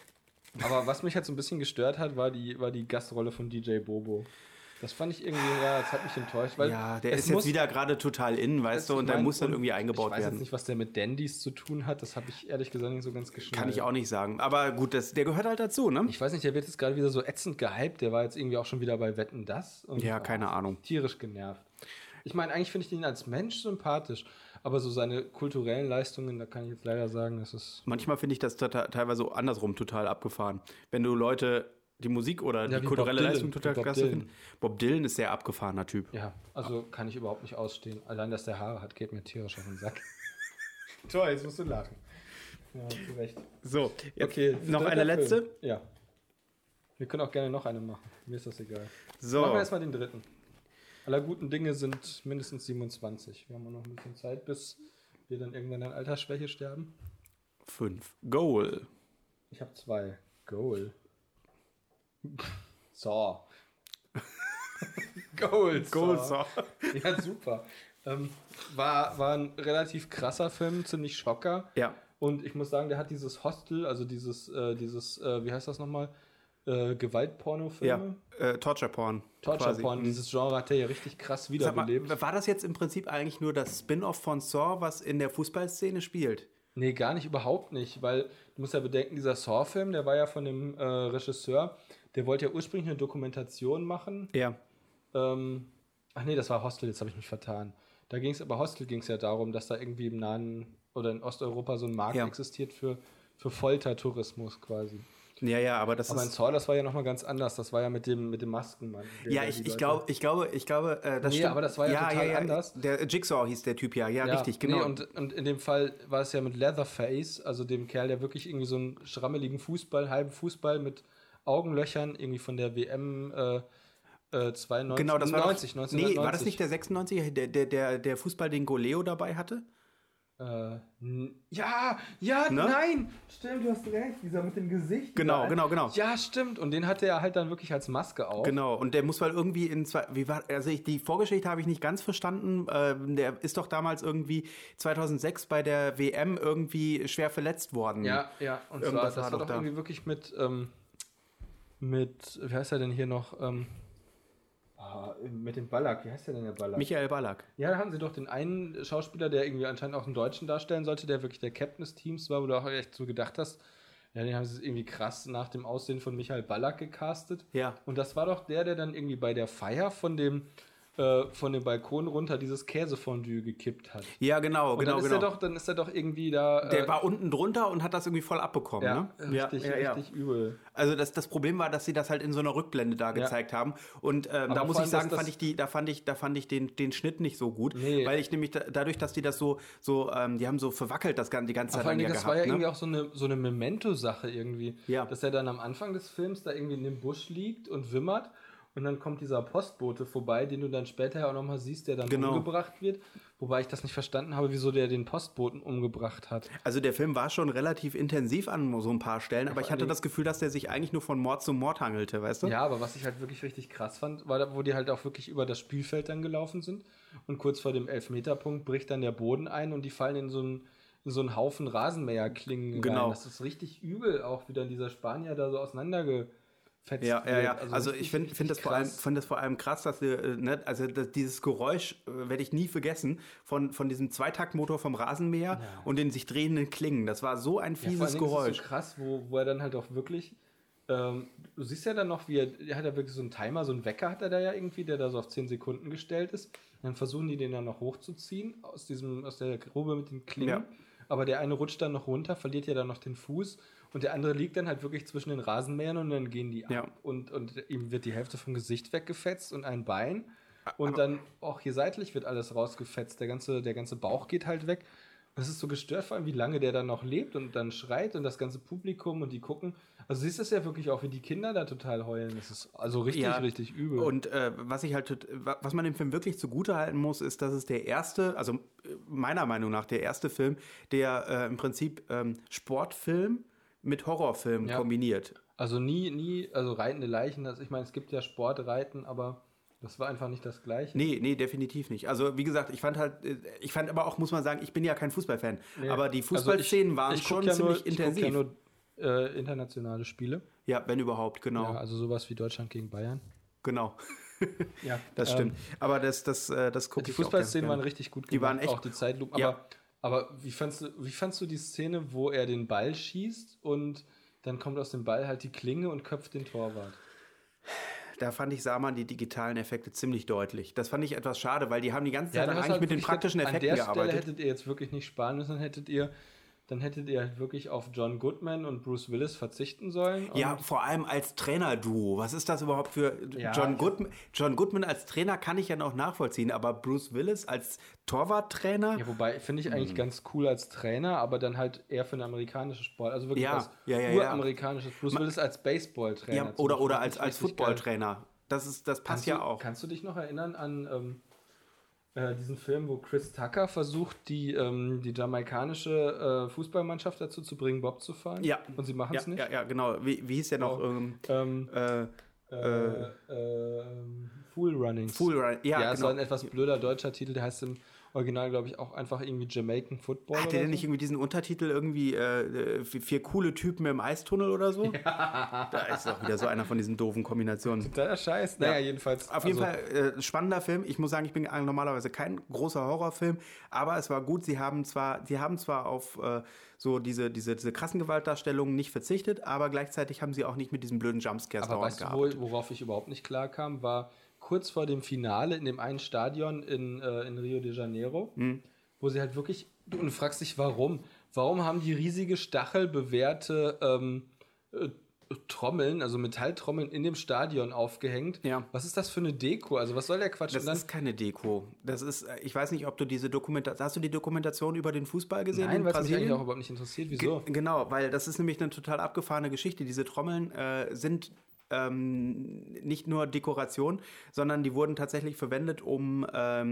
Speaker 1: Aber was mich halt so ein bisschen gestört hat, war die Gastrolle von DJ Bobo. Das fand ich irgendwie, das hat mich enttäuscht. Weil
Speaker 2: Ja, der ist jetzt wieder gerade total in, weißt du, und der muss dann irgendwie eingebaut werden.
Speaker 1: Ich weiß jetzt nicht, was der mit Dandys zu tun hat. Das habe ich ehrlich gesagt nicht so ganz geschnallt.
Speaker 2: Kann ich auch nicht sagen. Aber gut, der gehört halt dazu, ne?
Speaker 1: Ich weiß nicht, der wird jetzt gerade wieder so ätzend gehypt. Der war jetzt irgendwie auch schon wieder bei Wetten, das. Und
Speaker 2: Ja, keine Ahnung.
Speaker 1: Tierisch genervt. Ich meine, eigentlich finde ich ihn als Mensch sympathisch. Aber so seine kulturellen Leistungen, da kann ich jetzt leider sagen, das ist...
Speaker 2: Manchmal finde ich das teilweise andersrum total abgefahren. Wenn du Leute die Musik oder die kulturelle Leistung total klasse finden. Bob Dylan ist sehr abgefahrener Typ.
Speaker 1: Ja, also kann ich überhaupt nicht ausstehen. Allein, dass der Haare hat, geht mir tierisch auf den Sack. Toll, jetzt musst du lachen. Ja, zu Recht.
Speaker 2: So, jetzt
Speaker 1: okay,
Speaker 2: noch eine letzte?
Speaker 1: Film. Ja. Wir können auch gerne noch eine machen. Mir ist das egal.
Speaker 2: So.
Speaker 1: Machen wir erstmal den dritten. Aller guten Dinge sind mindestens 27. Wir haben noch ein bisschen Zeit, bis wir dann irgendwann an Altersschwäche sterben.
Speaker 2: 5. Goal.
Speaker 1: Ich habe 2. Goal. Saw. Goal
Speaker 2: Saw.
Speaker 1: Ja, super. War ein relativ krasser Film, ziemlich schocker.
Speaker 2: Ja.
Speaker 1: Und ich muss sagen, der hat dieses Hostel, also dieses wie heißt das nochmal? Gewaltporno-Filme?
Speaker 2: Ja, Torture Porn.
Speaker 1: Torture Porn, dieses Genre hat er ja richtig krass wiederbelebt.
Speaker 2: War das jetzt im Prinzip eigentlich nur das Spin-off von Saw, was in der Fußballszene spielt?
Speaker 1: Nee, gar nicht, überhaupt nicht, weil du musst ja bedenken, dieser Saw-Film, der war ja von dem Regisseur, der wollte ja ursprünglich eine Dokumentation machen.
Speaker 2: Ja.
Speaker 1: Ach nee, das war Hostel, jetzt habe ich mich vertan. Bei Hostel ging es ja darum, dass da irgendwie im nahen oder in Osteuropa so ein Markt existiert für Foltertourismus quasi.
Speaker 2: Ja, aber das
Speaker 1: aber in Saw, das war ja nochmal ganz anders. Das war ja mit dem Maskenmann.
Speaker 2: Ja, ich glaube, das stimmt.
Speaker 1: Aber das war ja total anders.
Speaker 2: Der Jigsaw hieß der Typ, ja, richtig, genau.
Speaker 1: Nee, und in dem Fall war es ja mit Leatherface, also dem Kerl, der wirklich irgendwie so einen schrammeligen halben Fußball mit Augenlöchern, irgendwie von der WM 92.
Speaker 2: Genau, das war
Speaker 1: 1990.
Speaker 2: Nee, war das nicht der 96er, der Fußball, den Goleo dabei hatte?
Speaker 1: Ja, ne? Nein, stimmt, du hast recht, dieser mit dem Gesicht.
Speaker 2: Genau.
Speaker 1: Ja, stimmt, und den hatte er halt dann wirklich als Maske auf.
Speaker 2: Genau, und der muss mal irgendwie die Vorgeschichte habe ich nicht ganz verstanden, der ist doch damals irgendwie 2006 bei der WM irgendwie schwer verletzt worden.
Speaker 1: Ja, und das war doch irgendwie wirklich mit, wie heißt er denn hier noch, mit dem Ballack, wie heißt der denn, der Ballack?
Speaker 2: Michael Ballack.
Speaker 1: Ja, da hatten sie doch den einen Schauspieler, der irgendwie anscheinend auch einen Deutschen darstellen sollte, der wirklich der Captain des Teams war, wo du auch echt so gedacht hast, ja, den haben sie irgendwie krass nach dem Aussehen von Michael Ballack gecastet.
Speaker 2: Ja.
Speaker 1: Und das war doch der dann irgendwie bei der Feier von dem Balkon runter dieses Käsefondue gekippt hat.
Speaker 2: Ja, genau.
Speaker 1: Dann ist er doch irgendwie da...
Speaker 2: der war unten drunter und hat das irgendwie voll abbekommen,
Speaker 1: ja,
Speaker 2: ne?
Speaker 1: Richtig übel.
Speaker 2: Also das Problem war, dass sie das halt in so einer Rückblende da gezeigt haben. Und da muss ich sagen, fand ich den Schnitt nicht so gut. Nee. Weil ich nämlich dadurch, dass die das so die haben so verwackelt die ganze Zeit lang gehabt.
Speaker 1: Das war ja irgendwie auch so eine Memento-Sache irgendwie.
Speaker 2: Ja.
Speaker 1: Dass er dann am Anfang des Films da irgendwie in dem Busch liegt und wimmert. Und dann kommt dieser Postbote vorbei, den du dann später ja auch nochmal siehst, der dann umgebracht wird. Wobei ich das nicht verstanden habe, wieso der den Postboten umgebracht hat.
Speaker 2: Also der Film war schon relativ intensiv an so ein paar Stellen, aber ich hatte das Gefühl, dass der sich eigentlich nur von Mord zu Mord hangelte, weißt du?
Speaker 1: Ja, aber was ich halt wirklich richtig krass fand, war, wo die halt auch wirklich über das Spielfeld dann gelaufen sind. Und kurz vor dem Elfmeterpunkt bricht dann der Boden ein und die fallen in so so einen Haufen Rasenmäherklingen rein. Das ist richtig übel, auch wie dann dieser Spanier da so auseinandergefetzt
Speaker 2: wird. Also ich finde das vor allem krass, dass dieses Geräusch werde ich nie vergessen von diesem Zweitaktmotor vom Rasenmäher und den sich drehenden Klingen. Das war so ein fieses Geräusch.
Speaker 1: Das ist so krass, wo er dann halt auch wirklich du siehst ja dann noch, er hat ja wirklich so einen Timer, so einen Wecker hat er da ja irgendwie, der da so auf 10 Sekunden gestellt ist. Und dann versuchen die den dann noch hochzuziehen aus der Grube mit den Klingen. Ja. Aber der eine rutscht dann noch runter, verliert ja dann noch den Fuß und der andere liegt dann halt wirklich zwischen den Rasenmähern und dann gehen die ab und ihm wird die Hälfte vom Gesicht weggefetzt und ein Bein. Und dann auch hier seitlich wird alles rausgefetzt. Der ganze Bauch geht halt weg. Das ist so gestört, vor allem wie lange der dann noch lebt und dann schreit und das ganze Publikum und die gucken. Also siehst du es ja wirklich auch, wie die Kinder da total heulen. Das ist also richtig übel.
Speaker 2: Und was man dem Film wirklich zugutehalten muss, ist, dass es der erste, also meiner Meinung nach der erste Film, der im Prinzip Sportfilm mit Horrorfilm kombiniert.
Speaker 1: Also also reitende Leichen, ich meine, es gibt ja Sportreiten, aber das war einfach nicht das Gleiche.
Speaker 2: Nee, definitiv nicht. Also wie gesagt, ich fand aber auch, muss man sagen, ich bin ja kein Fußballfan, aber die Fußballszenen waren schon ziemlich intensiv.
Speaker 1: Ich gucke ja nur internationale Spiele.
Speaker 2: Ja, wenn überhaupt, genau. Ja,
Speaker 1: also sowas wie Deutschland gegen Bayern.
Speaker 2: Genau. Ja, das stimmt. Aber das gucke ich auch.
Speaker 1: Die Fußballszenen waren richtig gut gemacht.
Speaker 2: Die waren echt.
Speaker 1: Auch die Zeitlupen. Aber wie fandst du die Szene, wo er den Ball schießt und dann kommt aus dem Ball halt die Klinge und köpft den Torwart?
Speaker 2: Da sah man die digitalen Effekte ziemlich deutlich. Das fand ich etwas schade, weil die haben die ganze Zeit eigentlich halt mit den praktischen Effekten gearbeitet.
Speaker 1: An der Stelle hättet ihr jetzt wirklich nicht sparen müssen, dann hättet ihr halt wirklich auf John Goodman und Bruce Willis verzichten sollen.
Speaker 2: Ja, vor allem als Trainerduo. Was ist das überhaupt für John Goodman? John Goodman als Trainer kann ich ja noch nachvollziehen, aber Bruce Willis als Torwarttrainer?
Speaker 1: Ja, wobei, finde ich eigentlich ganz cool als Trainer, aber dann halt eher für einen amerikanischen Sport. Also wirklich uramerikanisches. Bruce Willis als Baseballtrainer.
Speaker 2: Ja, oder als Footballtrainer. Das passt ja auch.
Speaker 1: Kannst du dich noch erinnern an diesen Film, wo Chris Tucker versucht, die jamaikanische Fußballmannschaft dazu zu bringen, Bob zu fahren?
Speaker 2: Ja.
Speaker 1: Und sie machen es nicht?
Speaker 2: Ja, genau. Wie hieß der noch?
Speaker 1: Fool Running.
Speaker 2: Ja,
Speaker 1: genau. Das war ein etwas blöder deutscher Titel, der heißt im Original, glaube ich, auch einfach irgendwie Jamaican Football.
Speaker 2: Hat der denn nicht irgendwie diesen Untertitel irgendwie 4 coole Typen im Eistunnel oder so? Ja. Da ist auch wieder so einer von diesen doofen Kombinationen.
Speaker 1: Totaler Scheiß. Naja, jedenfalls.
Speaker 2: Auf jeden Fall spannender Film. Ich muss sagen, ich bin normalerweise kein großer Horrorfilm, aber es war gut. Sie haben zwar auf so diese krassen Gewaltdarstellungen nicht verzichtet, aber gleichzeitig haben sie auch nicht mit diesen blöden Jumpscares
Speaker 1: gehabt. Aber weißt du, worauf ich überhaupt nicht klar kam, war kurz vor dem Finale in dem einen Stadion in Rio de Janeiro, wo sie halt wirklich, und du fragst dich, warum haben die riesige stachelbewehrte Trommeln, also Metalltrommeln in dem Stadion aufgehängt.
Speaker 2: Ja.
Speaker 1: Was ist das für eine Deko? Also was soll der Quatsch?
Speaker 2: Das ist keine Deko. Das ist, ich weiß nicht, ob du hast du die Dokumentation über den Fußball gesehen?
Speaker 1: Nein, weil es mich eigentlich auch überhaupt nicht interessiert. Wieso?
Speaker 2: Genau, weil das ist nämlich eine total abgefahrene Geschichte. Diese Trommeln sind nicht nur Dekoration, sondern die wurden tatsächlich verwendet, um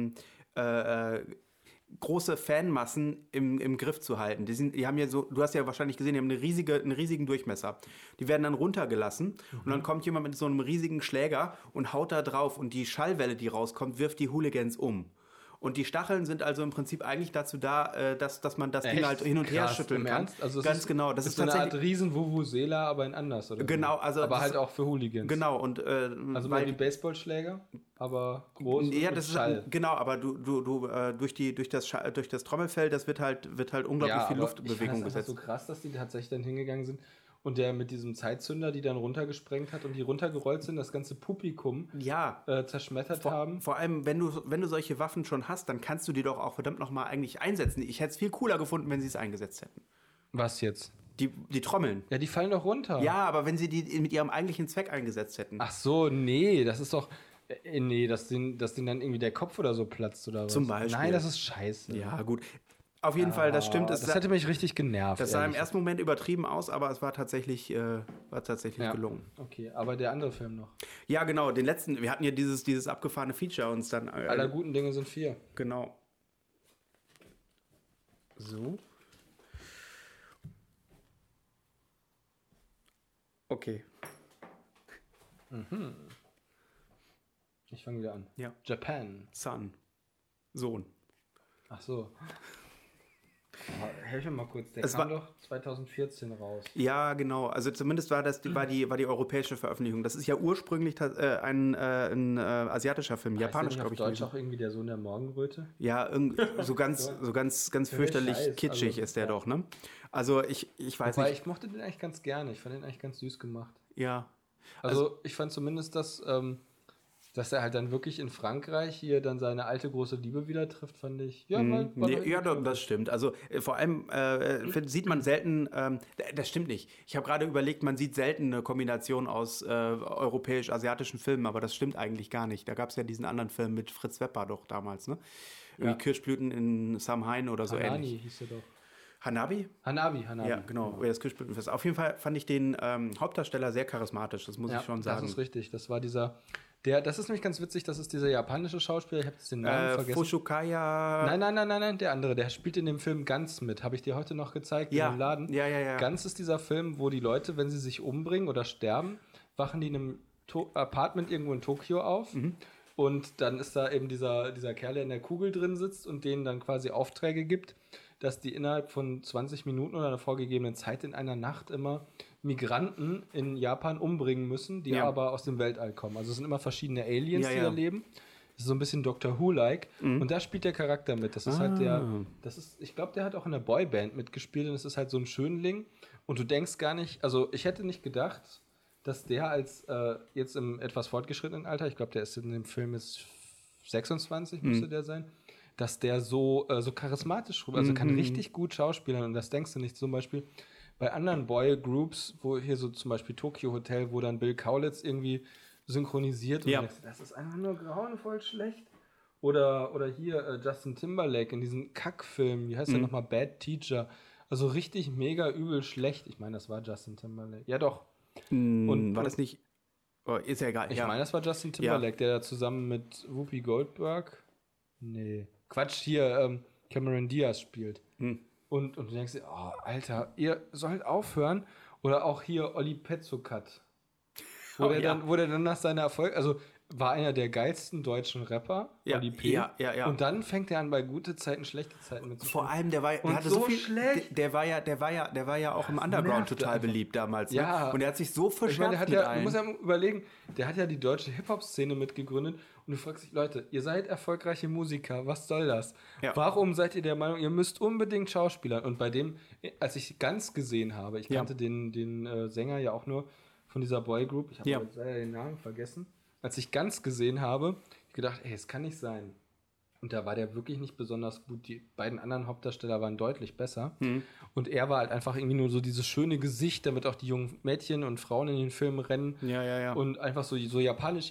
Speaker 2: große Fanmassen im Griff zu halten. Die haben ja so, du hast ja wahrscheinlich gesehen, die haben einen riesigen Durchmesser. Die werden dann runtergelassen und dann kommt jemand mit so einem riesigen Schläger und haut da drauf und die Schallwelle, die rauskommt, wirft die Hooligans um. Und die Stacheln sind also im Prinzip eigentlich dazu da, dass man das Ding halt hin und her schütteln kann.
Speaker 1: Also
Speaker 2: ganz genau.
Speaker 1: Das ist so eine Art Riesen-Vuvuzela, aber in anders, oder?
Speaker 2: Genau, also
Speaker 1: aber halt auch für Hooligans.
Speaker 2: Genau und
Speaker 1: also mal wie Baseballschläger, aber groß
Speaker 2: ja,
Speaker 1: und
Speaker 2: das
Speaker 1: Schall.
Speaker 2: Ist genau, aber du durch das Trommelfell, das wird halt unglaublich viel Luftbewegung gesetzt.
Speaker 1: Das ist so krass, dass die tatsächlich dann hingegangen sind. Und der mit diesem Zeitzünder, die dann runtergesprengt hat und die runtergerollt sind, das ganze Publikum zerschmettert haben.
Speaker 2: Vor allem, wenn du solche Waffen schon hast, dann kannst du die doch auch verdammt nochmal eigentlich einsetzen. Ich hätte es viel cooler gefunden, wenn sie es eingesetzt hätten.
Speaker 1: Was jetzt?
Speaker 2: Die Trommeln.
Speaker 1: Ja, die fallen doch runter.
Speaker 2: Ja, aber wenn sie die mit ihrem eigentlichen Zweck eingesetzt hätten.
Speaker 1: Ach so, nee, das ist doch... Nee, dass denen dann irgendwie der Kopf oder so platzt oder was.
Speaker 2: Zum Beispiel.
Speaker 1: Nein, das ist scheiße.
Speaker 2: Ja, gut. Auf jeden Fall, das stimmt.
Speaker 1: Das hätte mich richtig genervt.
Speaker 2: Das sah im ersten Moment übertrieben aus, aber es war tatsächlich gelungen.
Speaker 1: Okay, aber der andere Film noch.
Speaker 2: Ja, genau, den letzten. Wir hatten ja dieses abgefahrene Feature uns dann.
Speaker 1: Aller guten Dinge sind 4.
Speaker 2: Genau. So. Okay.
Speaker 1: Ich fange wieder an.
Speaker 2: Ja.
Speaker 1: Japan.
Speaker 2: Son. Sohn.
Speaker 1: Ach so. Helf mir mal kurz, der kam doch 2014 raus.
Speaker 2: Ja, genau. Also zumindest war die europäische Veröffentlichung. Das ist ja ursprünglich ein asiatischer Film, japanisch, glaube ich.
Speaker 1: Auf Deutsch auch irgendwie der Sohn der Morgenröte?
Speaker 2: Ja, so ganz fürchterlich
Speaker 1: Scheiß,
Speaker 2: kitschig ist der doch, ne? Also ich weiß
Speaker 1: Wobei,
Speaker 2: nicht.
Speaker 1: ich mochte den eigentlich ganz gerne. Ich fand den eigentlich ganz süß gemacht.
Speaker 2: Ja.
Speaker 1: Also ich fand zumindest, dass er halt dann wirklich in Frankreich hier dann seine alte große Liebe wieder trifft, fand ich. Ja,
Speaker 2: Das stimmt. Also vor allem sieht man selten, das stimmt nicht. Ich habe gerade überlegt, man sieht selten eine Kombination aus europäisch-asiatischen Filmen, aber das stimmt eigentlich gar nicht. Da gab es ja diesen anderen Film mit Fritz Wepper doch damals, ne? Wie Kirschblüten in Samhain oder so
Speaker 1: Hanani
Speaker 2: ähnlich.
Speaker 1: hieß er doch.
Speaker 2: Hanabi?
Speaker 1: Hanabi.
Speaker 2: Ja, genau. Das Kirschblütenfest. Auf jeden Fall fand ich den Hauptdarsteller sehr charismatisch, das muss ich schon sagen.
Speaker 1: Das ist richtig. Das war das ist nämlich ganz witzig, das ist dieser japanische Schauspieler, ich habe jetzt den Namen vergessen.
Speaker 2: Fushukaya.
Speaker 1: Nein, der andere, der spielt in dem Film Ganz mit, habe ich dir heute noch gezeigt in dem Laden.
Speaker 2: Ja.
Speaker 1: Ganz ist dieser Film, wo die Leute, wenn sie sich umbringen oder sterben, wachen die in einem Apartment irgendwo in Tokio auf. Und dann ist da eben dieser Kerl, der in der Kugel drin sitzt und denen dann quasi Aufträge gibt, dass die innerhalb von 20 Minuten oder einer vorgegebenen Zeit in einer Nacht immer Migranten in Japan umbringen müssen, die aber aus dem Weltall kommen. Also es sind immer verschiedene Aliens, die da leben. Das ist so ein bisschen Doctor Who-like. Und da spielt der Charakter mit. Das ist halt ich glaube, der hat auch in der Boyband mitgespielt und es ist halt so ein Schönling. Und du denkst gar nicht, also ich hätte nicht gedacht, dass der als jetzt im etwas fortgeschrittenen Alter, ich glaube, der ist in dem Film jetzt 26, müsste der sein, dass der so charismatisch rüber, also kann richtig gut schauspielern und das denkst du nicht zum Beispiel bei anderen Boy-Groups, wo hier so zum Beispiel Tokyo Hotel, wo dann Bill Kaulitz irgendwie synchronisiert und denkst, das ist einfach nur grauenvoll schlecht. Oder hier Justin Timberlake in diesem Kackfilm, wie heißt der nochmal, Bad Teacher, also richtig mega übel schlecht. Ich meine, das war Justin Timberlake. Ja doch.
Speaker 2: War das nicht, ist ja egal.
Speaker 1: Ich meine, das war Justin Timberlake, der da zusammen mit Whoopi Goldberg, Quatsch, hier Cameron Diaz spielt. Und du denkst dir, oh, Alter, ihr sollt aufhören. Oder auch hier Olli Petzokat. Wo der dann nach seiner Erfolg, also war einer der geilsten deutschen Rapper, Olli P.
Speaker 2: Ja.
Speaker 1: Und dann fängt er an, bei gute Zeiten, schlechte Zeiten mitzuspielen.
Speaker 2: Vor allem, der hatte
Speaker 1: so
Speaker 2: viel
Speaker 1: schlecht.
Speaker 2: Der war ja auch im Underground total beliebt damals. Ne?
Speaker 1: Ja.
Speaker 2: Und er hat sich so verschärft
Speaker 1: du musst ja überlegen, der hat ja die deutsche Hip-Hop-Szene mitgegründet und du fragst dich, Leute, ihr seid erfolgreiche Musiker, was soll das? Ja. Warum seid ihr der Meinung, ihr müsst unbedingt Schauspielern? Und bei dem, als ich Ganz gesehen habe, ich kannte den Sänger ja auch nur von dieser Boygroup, ich habe jetzt leider den Namen vergessen, als ich Ganz gesehen habe, ich gedacht, ey, es kann nicht sein. Und da war der wirklich nicht besonders gut. Die beiden anderen Hauptdarsteller waren deutlich besser. Und er war halt einfach irgendwie nur so dieses schöne Gesicht, damit auch die jungen Mädchen und Frauen in den Filmen rennen.
Speaker 2: Ja.
Speaker 1: Und einfach so japanisch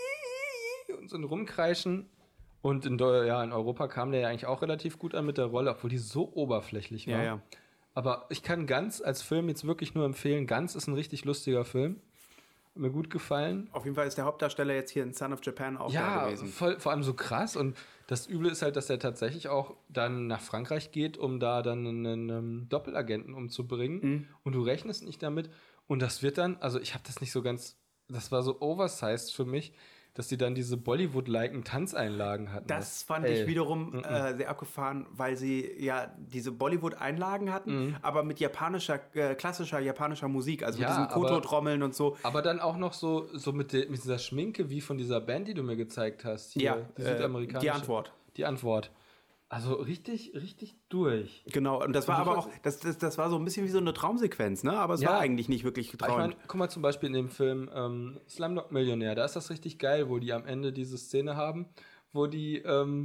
Speaker 1: und so ein Rumkreischen. Und in Europa kam der ja eigentlich auch relativ gut an mit der Rolle, obwohl die so oberflächlich war.
Speaker 2: Ja.
Speaker 1: Aber ich kann Ganz als Film jetzt wirklich nur empfehlen. Ganz ist ein richtig lustiger Film. Hat mir gut gefallen.
Speaker 2: Auf jeden Fall ist der Hauptdarsteller jetzt hier in Son of Japan auch da gewesen.
Speaker 1: Ja, vor allem so krass. Und das Üble ist halt, dass er tatsächlich auch dann nach Frankreich geht, um da dann einen Doppelagenten umzubringen. Und du rechnest nicht damit. Und das wird dann, also ich habe das nicht so ganz, das war so oversized für mich, dass die dann diese Bollywood-liken Tanzeinlagen hatten.
Speaker 2: Das fand ich wiederum sehr abgefahren, weil sie ja diese Bollywood-Einlagen hatten, aber mit klassischer japanischer Musik, also mit diesen Koto-Trommeln und so.
Speaker 1: Aber dann auch noch so mit dieser Schminke wie von dieser Band, die du mir gezeigt hast. Hier, die südamerikanische. Die Antwort. Also richtig, richtig durch.
Speaker 2: Genau, und das war aber auch, das war so ein bisschen wie so eine Traumsequenz, ne? Aber es war eigentlich nicht wirklich geträumt.
Speaker 1: Ich meine, guck mal zum Beispiel in dem Film Slumdog Millionär, da ist das richtig geil, wo die am Ende diese Szene haben, wo die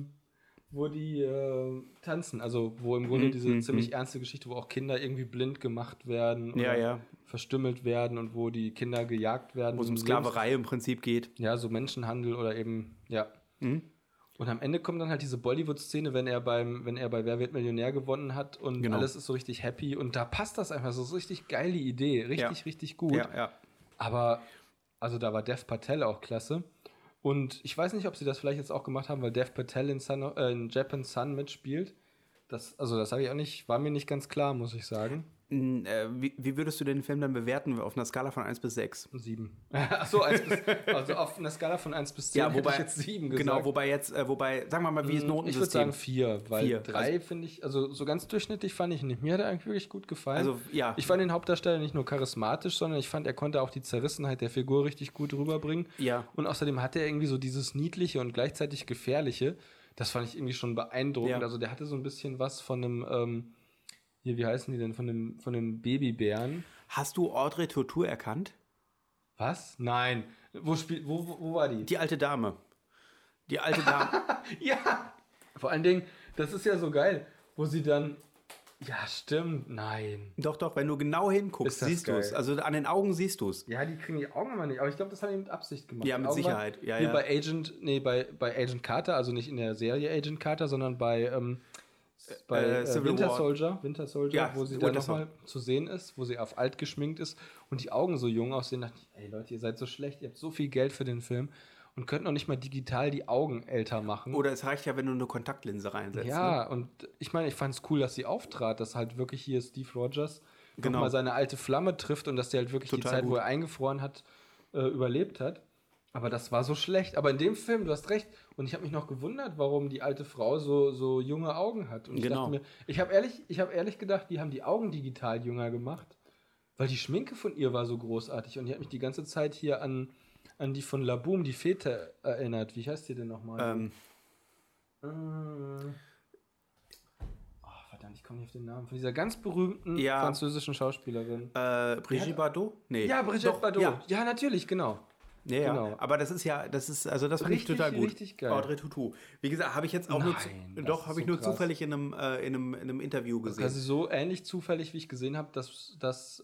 Speaker 1: tanzen, also wo im Grunde diese ziemlich ernste Geschichte, wo auch Kinder irgendwie blind gemacht werden oder verstümmelt werden und wo die Kinder gejagt werden.
Speaker 2: Wo es um Sklaverei im Prinzip geht.
Speaker 1: Ja, so Menschenhandel oder eben, Und am Ende kommt dann halt diese Bollywood-Szene, wenn er bei Wer wird Millionär gewonnen hat und alles ist so richtig happy und da passt das einfach so, so richtig geile Idee, richtig gut.
Speaker 2: Ja.
Speaker 1: Aber, also da war Dev Patel auch klasse und ich weiß nicht, ob sie das vielleicht jetzt auch gemacht haben, weil Dev Patel in Japan Sun mitspielt. Das habe ich auch nicht, war mir nicht ganz klar, muss ich sagen.
Speaker 2: Wie würdest du den Film dann bewerten auf einer Skala von 1 bis 6?
Speaker 1: 7. Achso, also auf einer Skala von 1 bis 10
Speaker 2: ja, wobei,
Speaker 1: hätte ich jetzt 7 gesagt.
Speaker 2: Genau, wobei, sagen wir mal, wie ist Notensystem?
Speaker 1: Ich würde sagen 4, weil
Speaker 2: 4.
Speaker 1: 3 finde ich, also so ganz durchschnittlich fand ich nicht. Mir hat er eigentlich wirklich gut gefallen.
Speaker 2: Also, ja.
Speaker 1: Ich fand den Hauptdarsteller nicht nur charismatisch, sondern ich fand, er konnte auch die Zerrissenheit der Figur richtig gut rüberbringen.
Speaker 2: Ja.
Speaker 1: Und außerdem hatte er irgendwie so dieses Niedliche und gleichzeitig Gefährliche. Das fand ich irgendwie schon beeindruckend.
Speaker 2: Ja.
Speaker 1: Also der hatte so ein bisschen was von einem, hier, wie heißen die denn, von einem Babybären.
Speaker 2: Hast du Audrey Tautou erkannt?
Speaker 1: Was? Nein. Wo war die?
Speaker 2: Die alte Dame. Die alte Dame.
Speaker 1: Ja! Vor allen Dingen, das ist ja so geil, wo sie dann. Ja, stimmt. Nein.
Speaker 2: Doch, wenn du genau hinguckst, siehst du es. Also an den Augen siehst du es.
Speaker 1: Ja, die kriegen die Augen immer nicht. Aber ich glaube, das haben die mit Absicht gemacht.
Speaker 2: Ja, mit Sicherheit. Ja,
Speaker 1: ja. Bei Agent Carter, also nicht in der Serie Agent Carter, sondern bei Winter Soldier,
Speaker 2: ja,
Speaker 1: wo sie dann nochmal zu sehen ist, wo sie auf alt geschminkt ist und die Augen so jung aussehen. Da dachte ich, ey Leute, ihr seid so schlecht, ihr habt so viel Geld für den Film und könnt noch nicht mal digital die Augen älter machen.
Speaker 2: Oder es reicht ja, wenn du eine Kontaktlinse reinsetzt.
Speaker 1: Ja,
Speaker 2: ne?
Speaker 1: Und ich meine, ich fand es cool, dass sie auftrat, dass halt wirklich hier Steve Rogers nochmal seine alte Flamme trifft und dass der halt wirklich
Speaker 2: Total
Speaker 1: die Zeit,
Speaker 2: gut.
Speaker 1: wo er eingefroren hat, überlebt hat. Aber das war so schlecht. Aber in dem Film, du hast recht. Und ich habe mich noch gewundert, warum die alte Frau so junge Augen hat. Und ich dachte mir, ich habe ehrlich gedacht, die haben die Augen digital jünger gemacht, weil die Schminke von ihr war so großartig. Und die hat mich die ganze Zeit hier an die von Laboum, die Fete, erinnert. Wie heißt die denn nochmal? Verdammt, ich komme nicht auf den Namen. Von dieser ganz berühmten französischen Schauspielerin.
Speaker 2: Brigitte Bardot? Nee.
Speaker 1: Ja, Brigitte Bardot. Ja, natürlich, genau.
Speaker 2: Ja, genau. Aber das fand ich total gut.
Speaker 1: Richtig geil.
Speaker 2: Audrey Tautou. Wie gesagt, habe ich jetzt auch nur zufällig in einem Interview gesehen.
Speaker 1: Also so ähnlich zufällig, wie ich gesehen habe, dass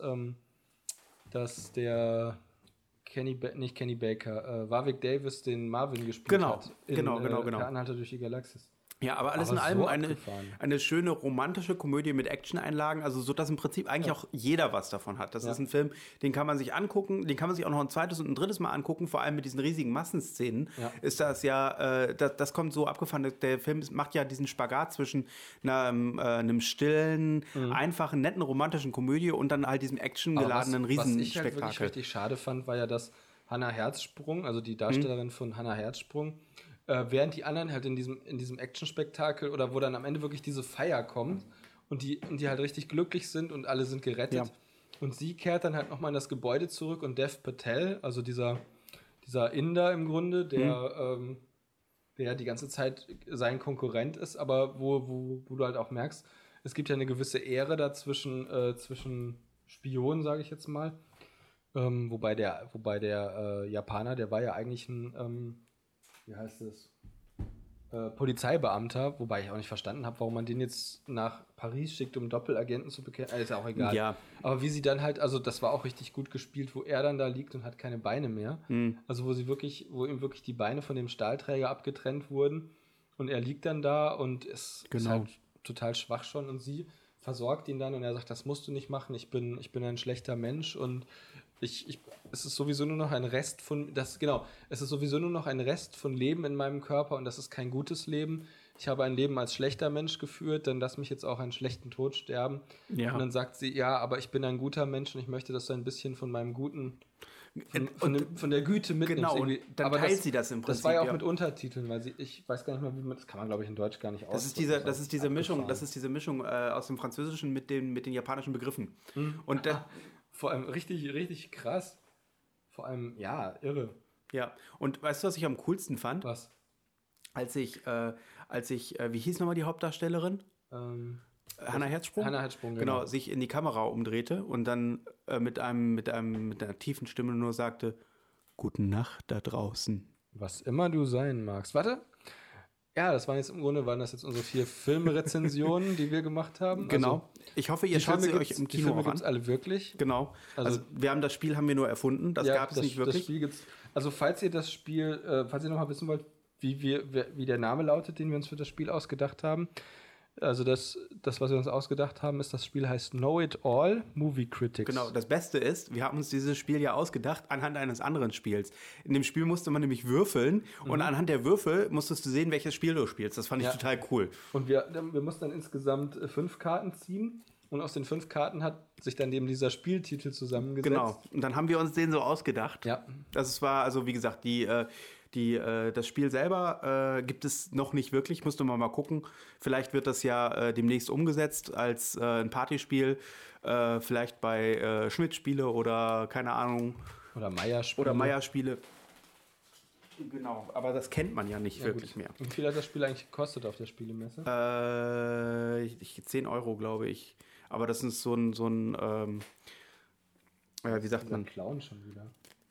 Speaker 1: der nicht Kenny Baker, Warwick Davis den Marvin gespielt hat.
Speaker 2: Genau.
Speaker 1: Der Anhalter durch die Galaxis.
Speaker 2: Ja, aber alles in allem eine schöne romantische Komödie mit Action-Einlagen, also so, dass im Prinzip eigentlich auch jeder was davon hat. Das ist ein Film, den kann man sich angucken, den kann man sich auch noch ein zweites und ein drittes Mal angucken, vor allem mit diesen riesigen Massenszenen. Ja. Ist das ja, das kommt so abgefahren, der Film macht ja diesen Spagat zwischen einem stillen, einfachen, netten, romantischen Komödie und dann halt diesem actiongeladenen Riesenspektakel.
Speaker 1: Was ich halt wirklich richtig schade fand, war ja, dass Hannah Herzsprung, also die Darstellerin von Hannah Herzsprung, während die anderen halt in diesem Action-Spektakel oder wo dann am Ende wirklich diese Feier kommt und die halt richtig glücklich sind und alle sind gerettet. Ja. Und sie kehrt dann halt nochmal in das Gebäude zurück und Dev Patel, also dieser Inder im Grunde, der die ganze Zeit sein Konkurrent ist, aber wo du halt auch merkst, es gibt ja eine gewisse Ehre da zwischen Spionen, sage ich jetzt mal. Wobei der Japaner, der war ja eigentlich ein wie heißt es? Polizeibeamter, wobei ich auch nicht verstanden habe, warum man den jetzt nach Paris schickt, um Doppelagenten zu bekennen. Ist ja auch egal. Ja. Aber wie sie dann halt, also das war auch richtig gut gespielt, wo er dann da liegt und hat keine Beine mehr. Also wo ihm wirklich die Beine von dem Stahlträger abgetrennt wurden und er liegt dann da und ist halt total schwach schon und sie versorgt ihn dann und er sagt, das musst du nicht machen, ich bin ein schlechter Mensch und es ist sowieso nur noch ein Rest von Leben in meinem Körper und das ist kein gutes Leben. Ich habe ein Leben als schlechter Mensch geführt, dann lass mich jetzt auch einen schlechten Tod sterben. Ja. Und dann sagt sie, ja, aber ich bin ein guter Mensch und ich möchte, dass du ein bisschen von meinem Guten, von der Güte mitnimmst.
Speaker 2: Genau, und dann teilt sie das im Prinzip.
Speaker 1: Das war ja auch mit Untertiteln, weil ich weiß gar nicht mehr, wie man das kann man, glaube ich, in Deutsch gar nicht aussprechen.
Speaker 2: Das ist diese Mischung aus dem Französischen mit den japanischen Begriffen. Und
Speaker 1: vor allem richtig, richtig krass. Vor allem, ja, irre.
Speaker 2: Ja, und weißt du, was ich am coolsten fand?
Speaker 1: Was?
Speaker 2: Als ich, wie hieß nochmal die Hauptdarstellerin? Hannah Herzsprung?
Speaker 1: Hannah Herzsprung,
Speaker 2: genau. Sich in die Kamera umdrehte und dann mit einer tiefen Stimme nur sagte, Gute Nacht da draußen.
Speaker 1: Was immer du sein magst. Warte. Ja, das waren jetzt unsere 4 Filmrezensionen, die wir gemacht haben.
Speaker 2: Genau.
Speaker 1: Also,
Speaker 2: ich hoffe, ihr schaut sie euch im Kino
Speaker 1: die Filme gibt es alle wirklich.
Speaker 2: Genau. Also das Spiel haben wir nur erfunden, das gab es nicht wirklich.
Speaker 1: Das Spiel gibt's. Also falls ihr nochmal wissen wollt, wie der Name lautet, den wir uns für das Spiel ausgedacht haben. Also das, was wir uns ausgedacht haben, ist, das Spiel heißt Know It All Movie Critics.
Speaker 2: Genau, das Beste ist, wir haben uns dieses Spiel ja ausgedacht anhand eines anderen Spiels. In dem Spiel musste man nämlich würfeln und anhand der Würfel musstest du sehen, welches Spiel du spielst. Das fand ich total cool.
Speaker 1: Und wir mussten dann insgesamt 5 Karten ziehen Und aus den 5 Karten hat sich dann eben dieser Spieltitel zusammengesetzt.
Speaker 2: Genau. Und dann haben wir uns den so ausgedacht.
Speaker 1: Ja.
Speaker 2: Das war, also wie gesagt, das Spiel selber gibt es noch nicht wirklich, musste man mal gucken. Vielleicht wird das ja demnächst umgesetzt als ein Partyspiel, vielleicht bei Schmidt-Spiele oder keine Ahnung.
Speaker 1: Oder Meyer-Spiele.
Speaker 2: Genau, aber das kennt man ja nicht wirklich mehr.
Speaker 1: Und wie viel hat das Spiel eigentlich gekostet auf der Spielemesse?
Speaker 2: 10 Euro, glaube ich. Aber das ist so ein wie sagt man?
Speaker 1: Clown schon wieder.